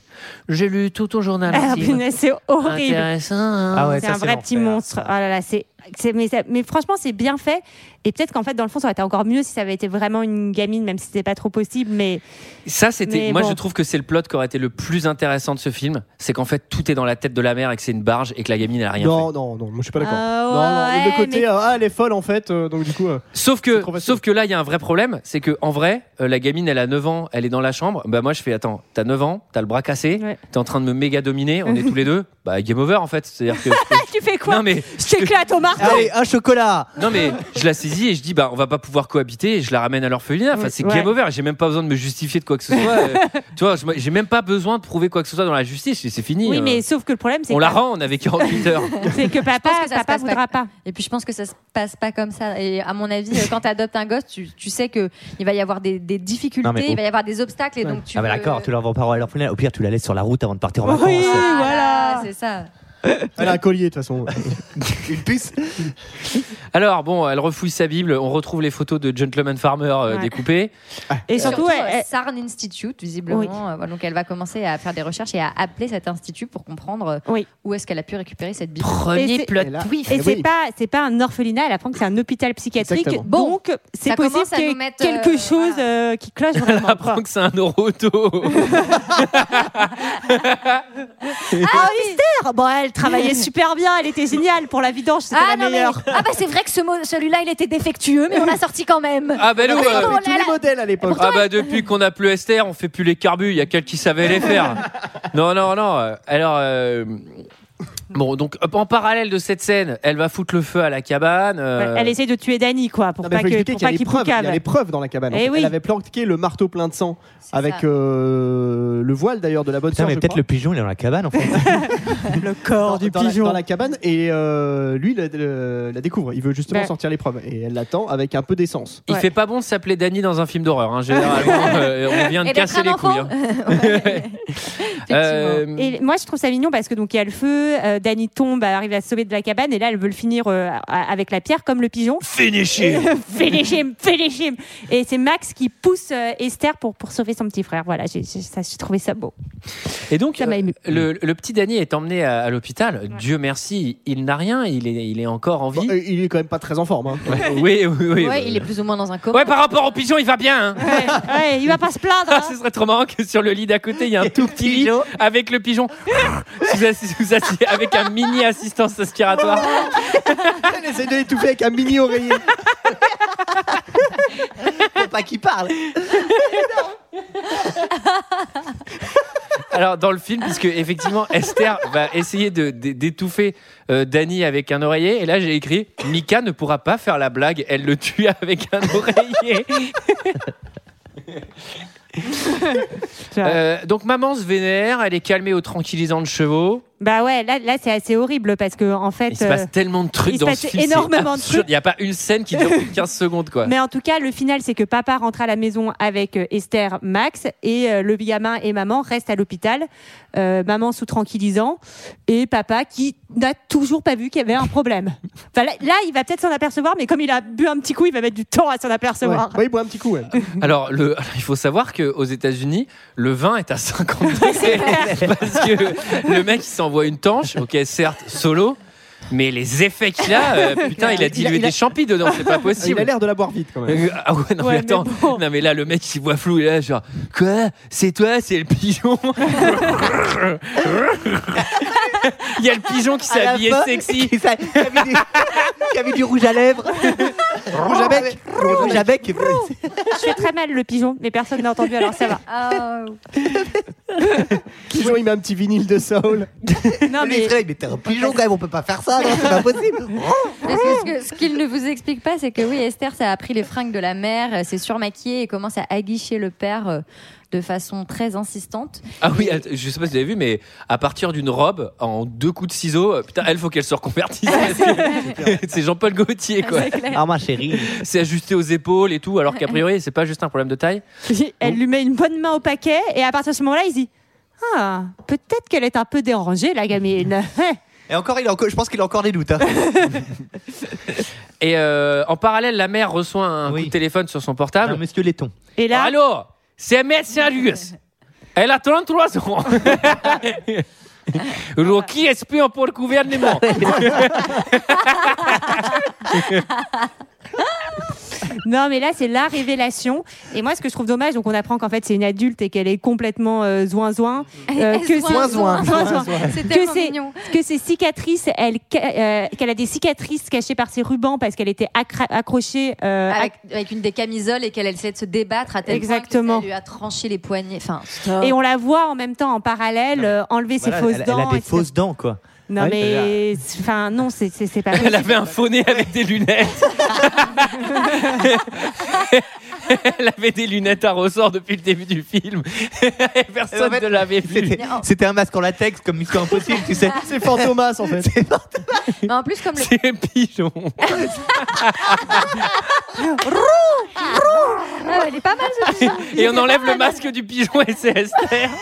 J'ai lu tout ton journal. Ah, intime. punaise, c'est horrible. Intéressant. Hein. Ah ouais, c'est ça, un vrai l'enfer, petit monstre. ça. Oh là là, c'est, c'est mais, ça- mais franchement, c'est bien fait. Et peut-être qu'en fait, dans le fond, ça aurait été encore mieux si ça avait été vraiment une gamine, même si c'était pas trop possible. Mais Ça, c'était. Mais Moi, bon. je trouve que c'est le plot qui aurait été le plus intéressant de ce film. C'est qu'en fait, tout est dans la tête de la mère et que c'est une barge et que la gamine, elle a rien Non, fait. non, non, moi je suis pas d'accord. Ah non, non, ouais, le côté, mais- euh, ah, elle est folle en fait, euh, donc du coup. euh, Sauf C'est que, trop facile. sauf que là, il y a un vrai problème. C'est que, en vrai, euh, la gamine, elle a neuf ans, elle est dans la chambre. Bah, moi, je fais, attends, t'as neuf ans, t'as le bras cassé, Ouais. t'es en train de me méga dominer, on est tous les deux. Bah, game over, en fait. C'est-à-dire que. tu fais quoi? non, mais. Je t'éclate au marteau. Allez, un chocolat. Non mais je la saisis et je dis bah on va pas pouvoir cohabiter et je la ramène à l'orphelinat. Enfin c'est Ouais. game over. J'ai même pas besoin de me justifier de quoi que ce soit. Euh, tu vois, je- j'ai même pas besoin de prouver quoi que ce soit dans la justice. C'est fini. Oui, euh. mais sauf que le problème, c'est on que, la rend. On avait quarante-huit heures. c'est que papa, pense que ça se papa passe voudra pas. Et puis je pense que ça se passe pas comme ça. Et à mon avis, euh, quand tu adoptes un gosse, tu, tu sais que il va y avoir des, des difficultés, Non, mais il au- va y avoir des obstacles, et donc tu. Ah bah veux- d'accord, tu l'envoies pas à l'orphelinat. Au pire, tu la laisses sur la route avant de partir en vacances. Oui, Voilà, voilà. c'est ça. Elle a un collier de toute façon. Une puce. Alors bon, elle refouille sa Bible. On retrouve les photos de Gentleman Farmer euh, Ouais. découpées. Et surtout, Surtout, elle- euh, Sarn Institute, visiblement. Oui. Euh, voilà, donc elle va commencer à faire des recherches et à appeler cet institut pour comprendre euh, Oui. où est-ce qu'elle a pu récupérer cette Bible. Premier Et c'est- plot et là- twist. Et Eh c'est oui. pas c'est pas un orphelinat, elle apprend que c'est un hôpital psychiatrique. Exactement. Bon, donc c'est ça possible commence à qu'il y ait nous mettre, quelque euh, chose voilà. euh, qui cloche Elle vraiment. quoi. apprend que c'est un Oroto. Ah Esther, bon elle travaillait super bien, elle était géniale pour la vidange, c'était Ah la non, mais, meilleure. ah bah c'est vrai que ce mot- celui-là il était défectueux, mais on l'a sorti quand même. Ah ben nous. Il y euh, avait on tous l'a- les modèles à l'époque. Ah bah depuis qu'on a plus Esther, on fait plus les carbus. Il y a quelqu'un qui savait les faire. Non non non. euh, Alors euh, bon donc hop, en parallèle de cette scène, elle va foutre le feu à la cabane. euh, Elle essaye de tuer Dany quoi pour Non, mais pas faut que expliquer pour qu'il y a pas les qu'il preuves, il y a poucave. les preuves dans la cabane. en Eh fait. oui. Elle avait planqué le marteau plein de sang C'est avec ça. euh, le voile d'ailleurs de la bonne Putain, sœur. mais je peut-être crois. le pigeon, il est dans la cabane en fait. Le corps dans, du dans la, pigeon. dans la cabane et euh, lui la, la- la découvre. Il veut justement Ouais. sortir les preuves et elle l'attend avec un peu d'essence. Il Ouais. fait pas bon de s'appeler Danny dans un film d'horreur. Hein, généralement, euh, on vient de Et d'être casser un les enfant. couilles. hein. Effectivement. Euh, Et moi, je trouve ça mignon parce que donc il y a le feu, euh, Dany tombe, elle arrive à se sauver de la cabane, et là, elle veut le finir euh, à- avec la pierre, comme le pigeon. Finish him. Finish him, finish him. Et c'est Max qui pousse euh, Esther pour, pour sauver son petit frère. Voilà, j'ai, j'ai, ça, j'ai trouvé ça beau. Et donc, Ça m'a ému. le, le petit Danny est emmené à, à l'hôpital. Dieu merci, il n'a rien, il est, il est encore en vie. Bon, euh, il est quand même pas très en forme. hein. Oui, oui, oui. Ouais, il est plus ou moins dans un coma. Ouais, par rapport au pigeon, il va bien. Hein. Ouais, ouais, il va pas se plaindre. Ah, hein. ce serait trop marrant que sur le lit d'à côté, il y a un tout petit lit avec le pigeon sous assis- sous assis- avec un mini assistance aspiratoire. Elle essaie de l'étouffer avec un mini oreiller. Faut pas qu'il parle. Alors dans le film, puisque effectivement Esther va essayer de, de- d'étouffer euh, Danny avec un oreiller, et là j'ai écrit Mika ne pourra pas faire la blague, elle le tue avec un oreiller. Euh, donc maman se vénère, elle est calmée au tranquillisant de chevaux. Bah ouais, là, là c'est assez horrible parce que en fait. Il se passe euh, tellement de trucs il se dans passe ce film, c'est énormément de absurde. trucs. Il n'y a pas une scène qui dure plus de quinze secondes quoi. Mais en tout cas, le final, c'est que papa rentre à la maison avec euh, Esther, Max, et euh, le gamin et maman restent à l'hôpital. Euh, maman sous tranquillisant, et papa qui n'a toujours pas vu qu'il y avait un problème. Enfin, là, là, il va peut-être s'en apercevoir, mais comme il a bu un petit coup, il va mettre du temps à s'en Ouais. apercevoir. Ouais, il boit un petit coup. Ouais. Alors, le, alors, il faut savoir qu'aux États-Unis, le vin est à cinquante degrés. Parce que le mec, il s'envoie une tanche, ok, certes, solo, mais les effets qu'il a, euh, putain, il a dilué Il a- il a- des champis dedans, c'est pas Il possible. a l'air de la boire vite quand même. Euh, Ah ouais, non, Ouais, mais mais attends. bon. Non, mais là, le mec, il voit flou, il est là, genre, quoi? C'est toi, c'est le pigeon? Il y a le pigeon qui s'est À la habillé fin, sexy. Qui, sa- qui avait du, qui avait du rouge à lèvres. Rouge à bec. Rouge à bec. Je fais très mal le pigeon, mais personne n'a entendu, alors ça va. Ah, Pigeon, il met un petit vinyle de soul. Non, Mais mais mais t'es un pigeon quand même, on peut pas faire ça, non, c'est pas possible. parce que ce que- ce qu'il ne vous explique pas, c'est que oui, Esther, ça a pris les fringues de la mère, elle s'est surmaquillée et commence à aguicher le père euh, de façon très insistante. Ah oui, att- je sais pas si vous avez vu, mais à partir d'une robe, en deux coups de ciseaux, euh, putain, elle, faut qu'elle se reconvertisse. parce que c'est Jean-Paul Gaultier, quoi. C'est clair. Ah, ma chérie. C'est ajusté aux épaules et tout, alors qu'a priori, c'est pas juste un problème de taille. elle lui met une bonne main au paquet, et à partir de ce moment-là, il se dit ah, peut-être qu'elle est un peu dérangée, la gamine. Et encore, il a encore, je pense qu'il a encore des doutes. Hein. Et euh, en parallèle, la mère reçoit un Oui. coup de téléphone sur son portable. Un monsieur laiton. Et là, Allô, c'est médecin Lugus. Elle a trente-trois ans. Rocky espion pour le gouvernement. Non, mais là, c'est la révélation. Et moi, ce que je trouve dommage, donc on apprend qu'en fait, c'est une adulte et qu'elle est complètement euh, zouin-zouin. Euh, que Zouin, c'est- zouin. zouin-zouin. C'est Que tellement c'est- mignon. que ses cicatrices, elle, euh, qu'elle a des cicatrices cachées par ses rubans parce qu'elle était accra- accrochée. euh, Avec, avec une des camisoles et qu'elle essaie de se débattre à tel Exactement. point que ça lui a tranché les poignets. Enfin, stop. Et on la voit en même temps, en parallèle, euh, enlever Voilà, ses fausses elle, dents. elle a des et cetera. fausses dents, quoi. Non, Ouais, mais. Enfin, non, c'est, c'est, c'est pas Elle possible. avait un faux nez avec des lunettes. Elle avait des lunettes à ressort depuis le début du film. Et personne En fait, ne l'avait vu. C'était, c'était un masque en latex comme Mission Impossible, tu sais. C'est Fantomas en fait. C'est pas- Mais en plus, comme le. C'est un pigeon. Ah, elle est pas mal ce pigeon. Et on enlève le masque du pigeon et c'est Esther.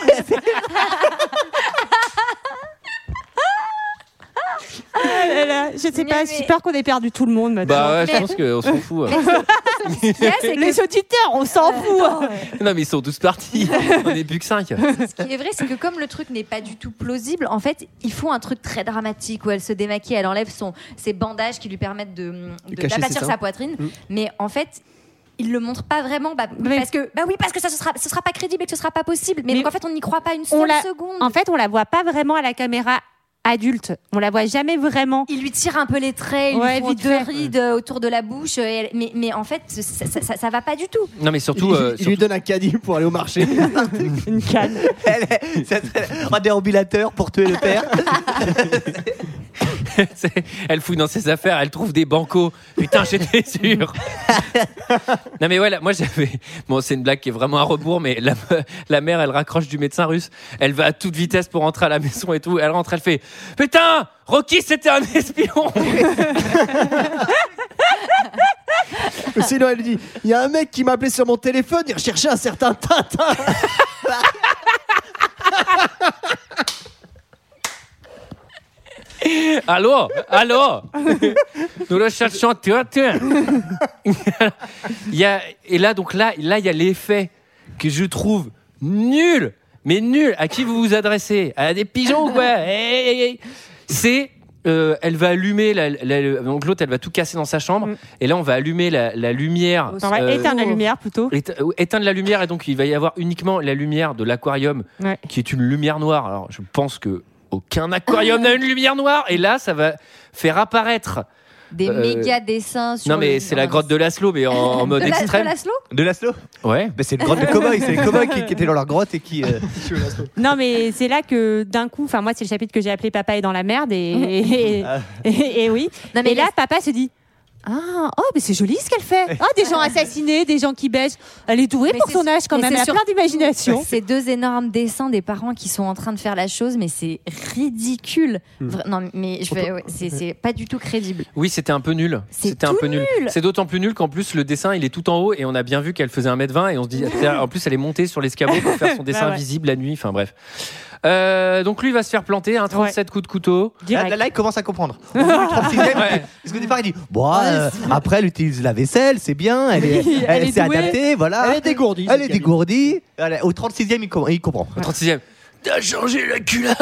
Ah là là, je sais Mais- pas, mais- j'ai peur qu'on ait perdu tout le monde maintenant. Bah ouais, je Mais- pense qu'on s'en fout. hein. Ce qu'il y a, c'est que Les auditeurs, on s'en fout. hein. Non, mais ils sont tous partis. On n'est plus que cinq. Ce qui est vrai, c'est que comme le truc n'est pas du tout plausible, en fait, il faut un truc très dramatique où elle se démaquille, elle enlève son, ses bandages qui lui permettent de, de cacher d'aplatir ses sa seins. poitrine. Mm. Mais en fait, il le montre pas vraiment, bah, Mais- parce que bah oui, parce que ça ce sera, ce sera pas crédible et que ce sera pas possible. Mais, Mais donc en fait, on n'y croit pas une on seule la- seconde. En fait, on la voit pas vraiment à la caméra adulte. On la voit jamais vraiment. Il lui tire un peu les traits, il Ouais, lui font vite deux fait. rides euh, autour de la bouche, euh, et elle- mais, mais en fait, ça, ça, ça- ça va pas du tout. Non, mais Il, surtout. euh, il lui donne un caddie pour aller au marché. Une canne. Elle est- ça serait un déambulateur pour tuer le père. C'est- elle fouille dans ses affaires, elle trouve des bancos. Putain, j'étais sûr. Non mais ouais, là, moi j'avais. Bon, c'est une blague qui est vraiment à rebours, mais la, la mère, elle raccroche du médecin russe. Elle va à toute vitesse pour rentrer à la maison et tout. Elle rentre, elle fait putain, Rocky, c'était un espion. Sinon, elle dit il y a un mec qui m'a appelé sur mon téléphone, il recherchait un certain Tintin. Allô, allô. Nous le cherchons. Tiens, tiens. Il y a et là donc là, là il y a l'effet que je trouve nul, mais nul. À qui vous vous adressez? À des pigeons ou quoi? Hey, hey, hey. C'est euh, elle va allumer la, la- la- donc l'autre elle va tout casser dans sa chambre Mm. et là on va allumer la, la lumière. On va euh, éteindre la lumière plutôt. éte- euh, éteindre la lumière et donc il va y avoir uniquement la lumière de l'aquarium Ouais. qui est une lumière noire. Alors je pense que aucun aquarium n'a une lumière noire et là ça va faire apparaître. Des Euh, méga dessins sur. Non mais le- c'est la grotte de Laszlo mais en, en mode de la, extrême. de Laszlo. De Laszlo. Ouais. Mais c'est une grotte de cow-boys. C'est les cow-boys qui, qui étaient dans leur grotte et qui. euh, Non, mais c'est là que d'un coup, enfin moi, c'est le chapitre que j'ai appelé Papa est dans la merde et, et, Ah. et- et oui. Non, mais et là, laisse- papa se dit. Ah, oh, mais c'est joli ce qu'elle fait. Ah, des gens assassinés, des gens qui baissent. Elle est douée Mais pour c'est son sûr- âge quand mais même. Elle c'est a sûr- plein d'imagination. Ces deux énormes dessins des parents qui sont en train de faire la chose, mais c'est ridicule. Hmm. Vra- Non, mais je vais, ouais, c'est, c'est pas du tout crédible. Oui, c'était un peu nul. C'est C'était un tout peu nul. nul. C'est d'autant plus nul qu'en plus le dessin il est tout en haut et on a bien vu qu'elle faisait un mètre vingt et on se dit en plus elle est montée sur l'escabeau pour faire son dessin Bah ouais. visible la nuit. Enfin bref. Euh, donc lui il va se faire planter un trente-sept coups de couteau. Là, Direct. là, là, il commence à comprendre. Au bout du trente-sixième, Ouais. parce qu'au départ, il dit bon, euh, après, elle utilise la vaisselle, c'est bien, elle, est, elle, Elle est s'est douée. adaptée, voilà. Elle est dégourdie. Elle est cette dégourdie. Voilà, au trente-sixième, il, com- il comprend. Au trente-sixième. T'as changé la culotte.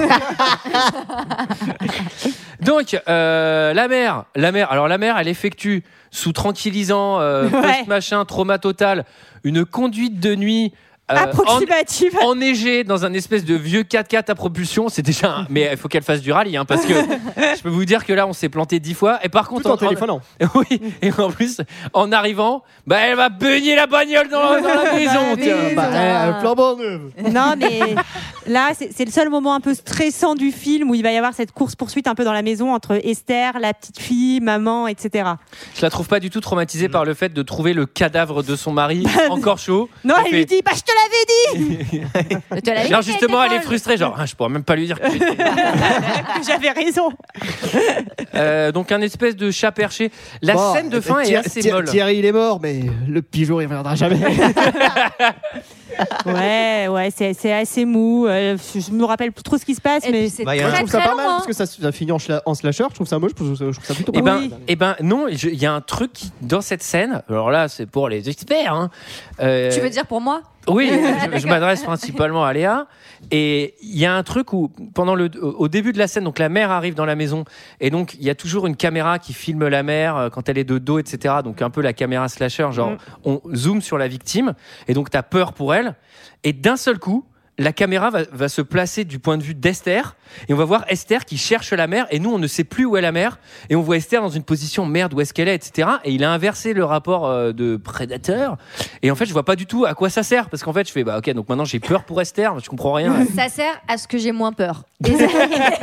Donc euh, la mère, la mère. Alors la mère, elle effectue sous tranquillisant, euh, Ouais. post machin, trauma total, une conduite de nuit. euh, Approximative. en- enneigée dans un espèce de vieux quatre-quatre à propulsion, c'est déjà. Un... Mais il faut qu'elle fasse du rallye, hein, parce que je peux vous dire que là, on s'est planté dix fois. Et par contre, Tout en téléphonant. oui. Et en plus, en arrivant, bah elle va beugner la bagnole dans, dans la maison. tiens. Bah, euh, flambant neuve. Non, mais là, c'est c'est le seul moment un peu stressant du film où il va y avoir cette course-poursuite un peu dans la maison entre Esther, la petite fille, maman, et cetera. Je la trouve pas du tout traumatisée par le fait de trouver le cadavre de son mari encore chaud. Non, Elle elle fait- lui dit bah, je te l'avais dit Tu l'avais Non, dit, justement, elle est folle. frustrée. Genre, ah, je pourrais même pas lui dire. que j'étais- que j'avais raison. Euh, donc, un espèce de chat perché. La Bon, scène de fin est Thierry- assez Thierry- molle. Thierry, il est mort, mais le pigeon, il reviendra jamais. Ouais, ouais, c'est, c'est assez mou. Euh, je me rappelle plus trop ce qui se passe, Et mais puis c'est Bah, très, je trouve ça très pas long, mal hein. parce que ça, ça finit en, schla- en slasher. Je trouve ça moche, je trouve ça, je trouve ça plutôt pas Eh ben, mal. eh ben non, je- il y a un truc qui- dans cette scène. Alors là, c'est pour les experts. Hein. Euh, Tu veux dire pour moi? Oui, je, je m'adresse principalement à Léa. Et il y a un truc où, pendant le, au début de la scène, donc la mère arrive dans la maison, et donc il y a toujours une caméra qui filme la mère euh, quand elle est de dos, et cetera. Donc un peu la caméra slasher, genre Mm. on zoome sur la victime, et donc t'as peur pour elle. Et d'un seul coup, la caméra va, va se placer du point de vue d'Esther, et on va voir Esther qui cherche la mère, et nous on ne sait plus où est la mère, et on voit Esther dans une position merde, où est-ce qu'elle est, et cetera. Et il a inversé le rapport euh, de prédateur, et en fait je vois pas du tout à quoi ça sert, parce qu'en fait je fais bah ok, donc maintenant j'ai peur pour Esther, je comprends rien. Ça sert à ce que j'ai moins peur. Et ça,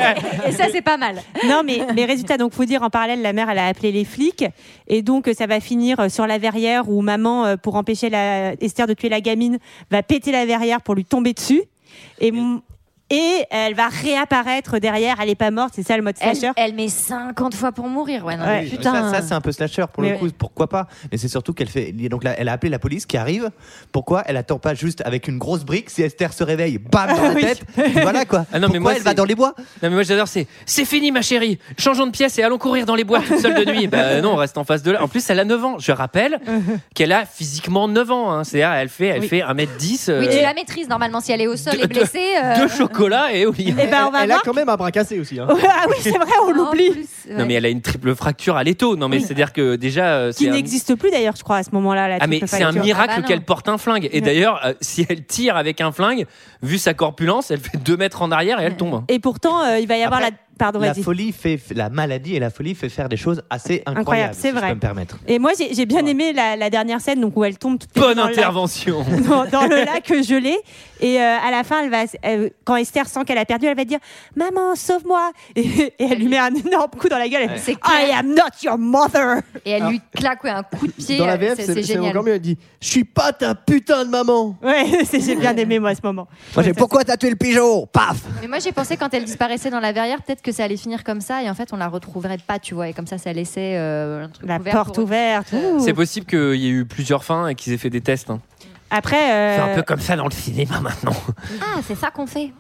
et ça, c'est pas mal. non, mais les résultats, donc faut dire en parallèle, la mère, elle a appelé les flics, et donc ça va finir sur la verrière où maman, euh, pour empêcher la, Esther de tuer la gamine, va péter la verrière pour lui tomber dessus, et mon- et elle va réapparaître derrière. Elle est pas morte, c'est ça le mode Elle, slasher. elle met cinquante fois pour mourir. Ouais, non, Ouais. mais putain. Ça, ça, c'est un peu slasher pour Mais le coup, pourquoi pas. Mais c'est surtout qu'elle fait. Donc là, elle a appelé la police qui arrive. Pourquoi elle attend pas juste avec une grosse brique? Si Esther se réveille, bam dans la Oui. tête. Et voilà quoi. Ah non, mais pourquoi moi, elle va c'est- dans les bois? Non mais moi j'adore, c'est c'est fini ma chérie, changeons de pièce et allons courir dans les bois toute seule de nuit. Bah non, on reste en face de là. En plus elle a neuf ans, je rappelle qu'elle a physiquement neuf ans, hein. C'est-à-dire elle fait elle Oui. fait un mètre dix Oui, euh, tu la maîtrises normalement si elle est au sol de- et blessée. euh, de chocolat et oui. Eh ben, on va Elle a voir. quand même un bras cassé aussi. Hein. Ah oui, c'est vrai, on en l'oublie. plus, ouais. Non mais elle a une triple fracture à l'étau. Non mais c'est-à-dire que déjà euh, Qui c'est un- n'existe plus d'ailleurs, je crois, à ce moment-là. La Ah mais triple c'est un fracture. miracle Ah bah non. qu'elle porte un flingue. Et Ouais. d'ailleurs, euh, si elle tire avec un flingue, vu sa corpulence, elle fait deux mètres en arrière et elle tombe. Et pourtant, euh, il va y avoir Après, la. Pardon, La vas-y. folie fait, la maladie et la folie fait faire des choses assez incroyables. Incroyable, c'est si vrai. Je peux me permettre. Et moi, j'ai, j'ai bien aimé la, la dernière scène, donc où elle tombe toute Bonne dans le lac- intervention. dans, dans le lac gelé. Et euh, à la fin, elle va, euh, quand Esther sent qu'elle a perdu, elle va dire Maman, sauve-moi. Et, et elle lui met un énorme coup dans la gueule. Elle Ouais. fait, C'est I am not your mother. Et elle lui claque ouais, un coup de pied. Dans la V F, c'est, c'est, c'est c'est génial. encore mieux. Elle dit je suis pas ta putain de maman. Ouais, c'est, j'ai bien aimé, moi, à ce moment. Moi, j'ai pourquoi t'as tué le pigeon? Paf. Mais moi j'ai pensé quand elle disparaissait dans la verrière, peut-être que ça allait finir comme ça et en fait on la retrouverait pas, tu vois. Et comme ça, ça laissait euh, un truc La ouvert porte pour- ouverte. ouh. C'est possible qu'il y ait eu plusieurs fins et qu'ils aient fait des tests. Hein. Après. euh, C'est un peu comme ça dans le cinéma maintenant. Ah, c'est ça qu'on fait.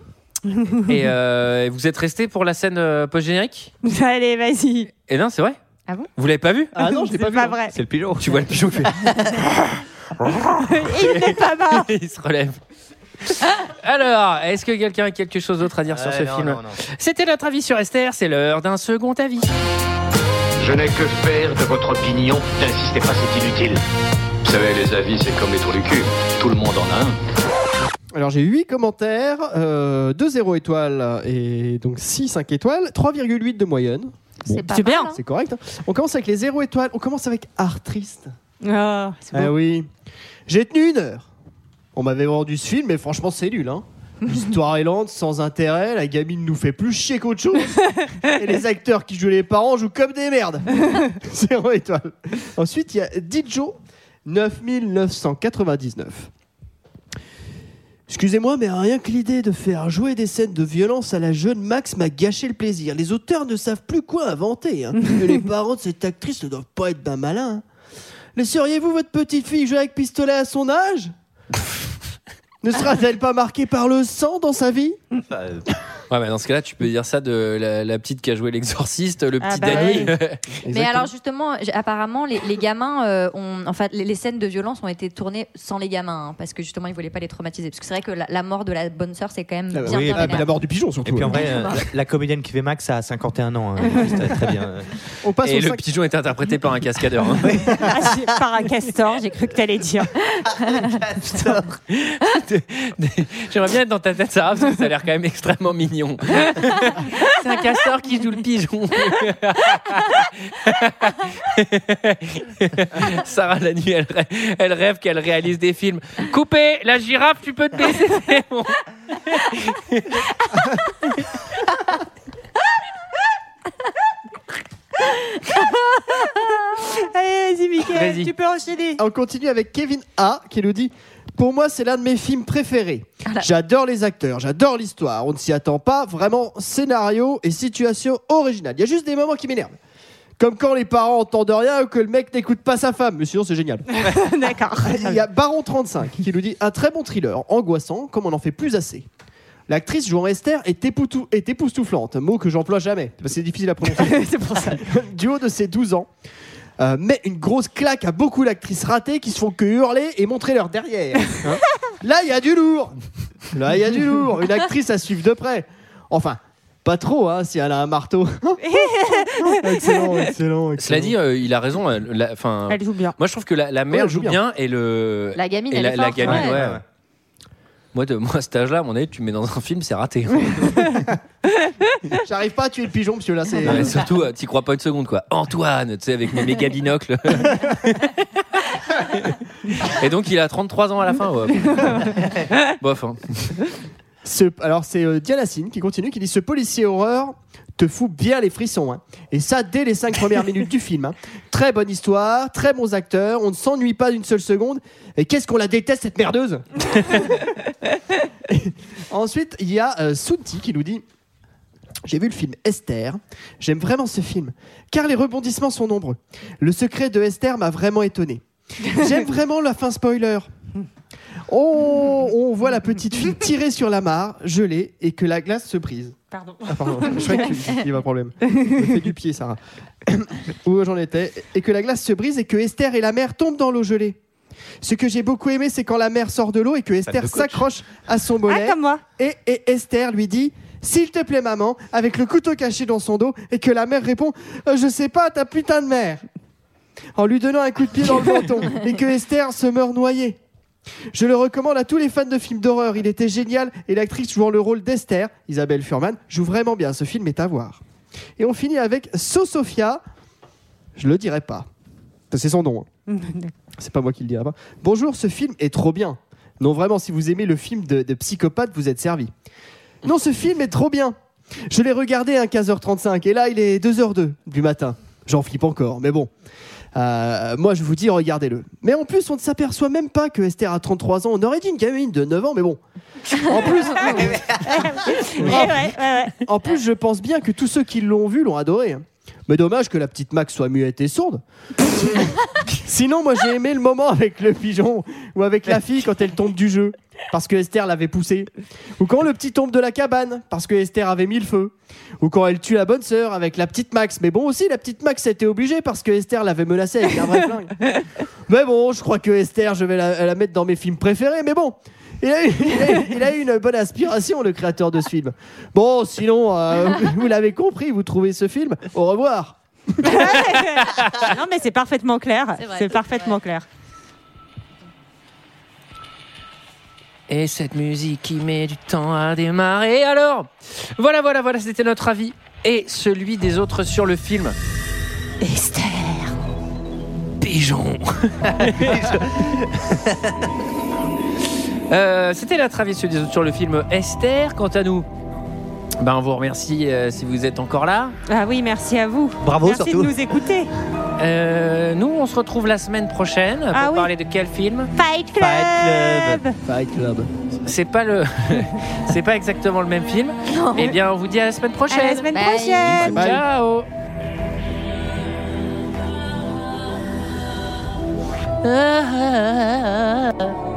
Et euh, vous êtes resté pour la scène euh, post-générique? Allez, vas-y. Et non, c'est vrai. Ah bon? Vous l'avez pas vu? Ah non, je l'ai C'est pas vu. pas hein. vrai. C'est le pigeon. Tu vois le pigeon qui fait. Et il n'est pas mort. Il se relève. Alors, est-ce que quelqu'un a quelque chose d'autre à dire sur Ouais, ce non, film? non, non. C'était notre avis sur Esther, c'est l'heure d'un second avis. Je n'ai que faire de votre opinion. N'insistez pas, c'est inutile. Vous savez, les avis, c'est comme les trous du cul. Tout le monde en a un. Alors j'ai huit commentaires, euh, deux zéro étoiles et donc six cinq étoiles, trois virgule huit de moyenne. C'est pas c'est mal, bien. hein. C'est correct. hein. On commence avec les zéro étoiles. On commence avec Art Triste. Oh, c'est beau. Ah oui. J'ai tenu une heure. On m'avait vendu ce film, mais franchement, c'est nul. Hein. L'histoire est lente, sans intérêt. La gamine nous fait plus chier qu'autre chose. Et les acteurs qui jouent les parents jouent comme des merdes. Zéro étoile. Ensuite, il y a Dijo, neuf mille neuf cent quatre-vingt-dix-neuf. Excusez-moi, mais rien que l'idée de faire jouer des scènes de violence à la jeune Max m'a gâché le plaisir. Les auteurs ne savent plus quoi inventer. Hein. Et les parents de cette actrice ne doivent pas être ben malins. Hein. Laisseriez-vous votre petite fille jouer avec pistolet à son âge? Ne sera-t-elle pas marquée par le sang dans sa vie? Ouais, mais dans ce cas-là, tu peux dire ça de la, la petite qui a joué l'exorciste, le Ah petit bah Danny. Mais alors justement, j- apparemment, les, les gamins, euh, ont, en fait, les, les scènes de violence ont été tournées sans les gamins, hein, parce que justement, ils voulaient pas les traumatiser. Parce que c'est vrai que la, la mort de la bonne sœur, c'est quand même Ah bah bien, oui, bien ah, Ah, vénère. mais la mort du pigeon surtout. Et puis en vrai, Ouais. euh, la, la comédienne qui fait Max a cinquante et un ans. Hein. C'était très bien. On passe Et au le cinq- pigeon est interprété par un cascadeur. hein. Ah, j'ai- par un castor, j'ai cru que t'allais dire. J'aimerais bien être dans ta tête, Sarah, parce que ça a l'air quand même extrêmement mignon. C'est un castor qui joue le pigeon. Sarah, la nuit, elle rêve, elle rêve qu'elle réalise des films. Coupé, la girafe, tu peux te baisser, c'est bon. Allez, vas-y, Mickaël, Vas-y. tu peux enchaîner. On continue avec Kevin A qui nous dit pour moi, c'est l'un de mes films préférés. J'adore les acteurs, j'adore l'histoire. On ne s'y attend pas. Vraiment, scénario et situation originale. Il y a juste des moments qui m'énervent. Comme quand les parents entendent rien ou que le mec n'écoute pas sa femme. Mais sinon, c'est génial. D'accord. Il y a Baron trente-cinq qui nous dit un très bon thriller, angoissant, comme on n'en fait plus assez. L'actrice jouant Esther est, époutou- est époustouflante, mot que j'emploie jamais. C'est difficile à prononcer. C'est pour ça. Du haut de ses douze ans, euh, met une grosse claque à beaucoup d'actrices ratées qui se font que hurler et montrer leur derrière. Hein. Là, il y a du lourd. Là, il y a du lourd. Une actrice à suivre de près. Enfin, pas trop, hein, si elle a un marteau. excellent, excellent, excellent. Cela dit, euh, il a raison. euh, la- enfin, Elle joue bien. Moi, je trouve que la, la mère elle joue joue bien. et le La gamine, et elle la, est la forte, gamine, ouais. ouais. Moi, de moi, à cet âge-là, à mon avis, tu me mets dans un film, c'est raté. J'arrive pas à tuer le pigeon, monsieur. Là, c'est. Non, mais surtout, euh, t'y crois pas une seconde, quoi. Antoine, tu sais, avec mes méga binocles. Et donc, il a trente-trois ans à la fin. Ouais. Bof. Hein. Ce, alors c'est euh, Dialacine qui continue, qui dit ce policier horreur te fout bien les frissons, hein. Et ça dès les cinq premières minutes du film, hein. Très bonne histoire, très bons acteurs, on ne s'ennuie pas d'une seule seconde. Et qu'est-ce qu'on la déteste cette merdeuse. Ensuite il y a euh, Sunti qui nous dit j'ai vu le film Esther, j'aime vraiment ce film car les rebondissements sont nombreux. Le secret de Esther m'a vraiment étonné. J'aime vraiment la fin spoiler. Oh, on voit la petite fille tirer sur la mare, gelée, et que la glace se brise. Pardon. Ah, pardon. Je croyais qu'il y avait un problème. Je fais du pied, Sarah. Où j'en étais. Et que la glace se brise et que Esther et la mère tombent dans l'eau gelée. Ce que j'ai beaucoup aimé, c'est quand la mère sort de l'eau et que Esther s'accroche à son mollet. Ah, comme moi. Et, et Esther lui dit « S'il te plaît, maman », avec le couteau caché dans son dos, et que la mère répond euh, « Je sais pas, ta putain de mère », en lui donnant un coup de pied dans le menton, et que Esther se meurt noyée. Je le recommande à tous les fans de films d'horreur. Il était génial et l'actrice jouant le rôle d'Esther, Isabelle Fuhrman, joue vraiment bien. Ce film est à voir. Et on finit avec So Sophia. Je le dirai pas. C'est son nom. Hein. C'est pas moi qui le dirai pas. Bonjour, ce film est trop bien. Non, vraiment, si vous aimez le film de, de psychopathe, vous êtes servi. Non, ce film est trop bien. Je l'ai regardé à quinze heures trente-cinq et là, il est deux heures deux du matin. J'en flippe encore, mais bon. Euh, moi je vous dis regardez-le. Mais en plus on ne s'aperçoit même pas que Esther a trente-trois ans. On aurait dit une gamine de neuf ans, mais bon. En plus, en, en plus je pense bien que tous ceux qui l'ont vu l'ont adoré. Mais dommage que la petite Max soit muette et sourde. Sinon moi j'ai aimé le moment avec le pigeon ou avec la fille quand elle tombe du jeu parce que Esther l'avait poussée, ou quand le petit tombe de la cabane parce que Esther avait mis le feu, ou quand elle tue la bonne sœur avec la petite Max. Mais bon aussi la petite Max a été obligée parce que Esther l'avait menacée avec un vrai flingue. Mais bon je crois que Esther je vais la, la mettre dans mes films préférés. Mais bon il a, eu, il, a eu, il a eu une bonne inspiration, le créateur de ce film. Bon sinon euh, vous l'avez compris, vous trouvez ce film, au revoir. Non mais c'est parfaitement clair. C'est vrai, C'est c'est parfaitement vrai. clair. Et cette musique qui met du temps à démarrer. Alors, voilà, voilà, voilà, c'était notre avis et celui des autres sur le film. Esther. Pigeon. euh, c'était notre avis celui des autres sur le film Esther. Quant à nous, ben, on vous remercie euh, si vous êtes encore là. Ah oui, merci à vous. Bravo, merci surtout. de nous écouter. Euh, nous, on se retrouve la semaine prochaine pour Ah oui. parler de quel film? Fight Club. Fight Club. Fight Club. C'est pas le, c'est pas exactement le même film. Non. Eh bien, on vous dit à la semaine prochaine. À la semaine Bye. prochaine. Bye. Ciao. Ah, ah, ah, ah.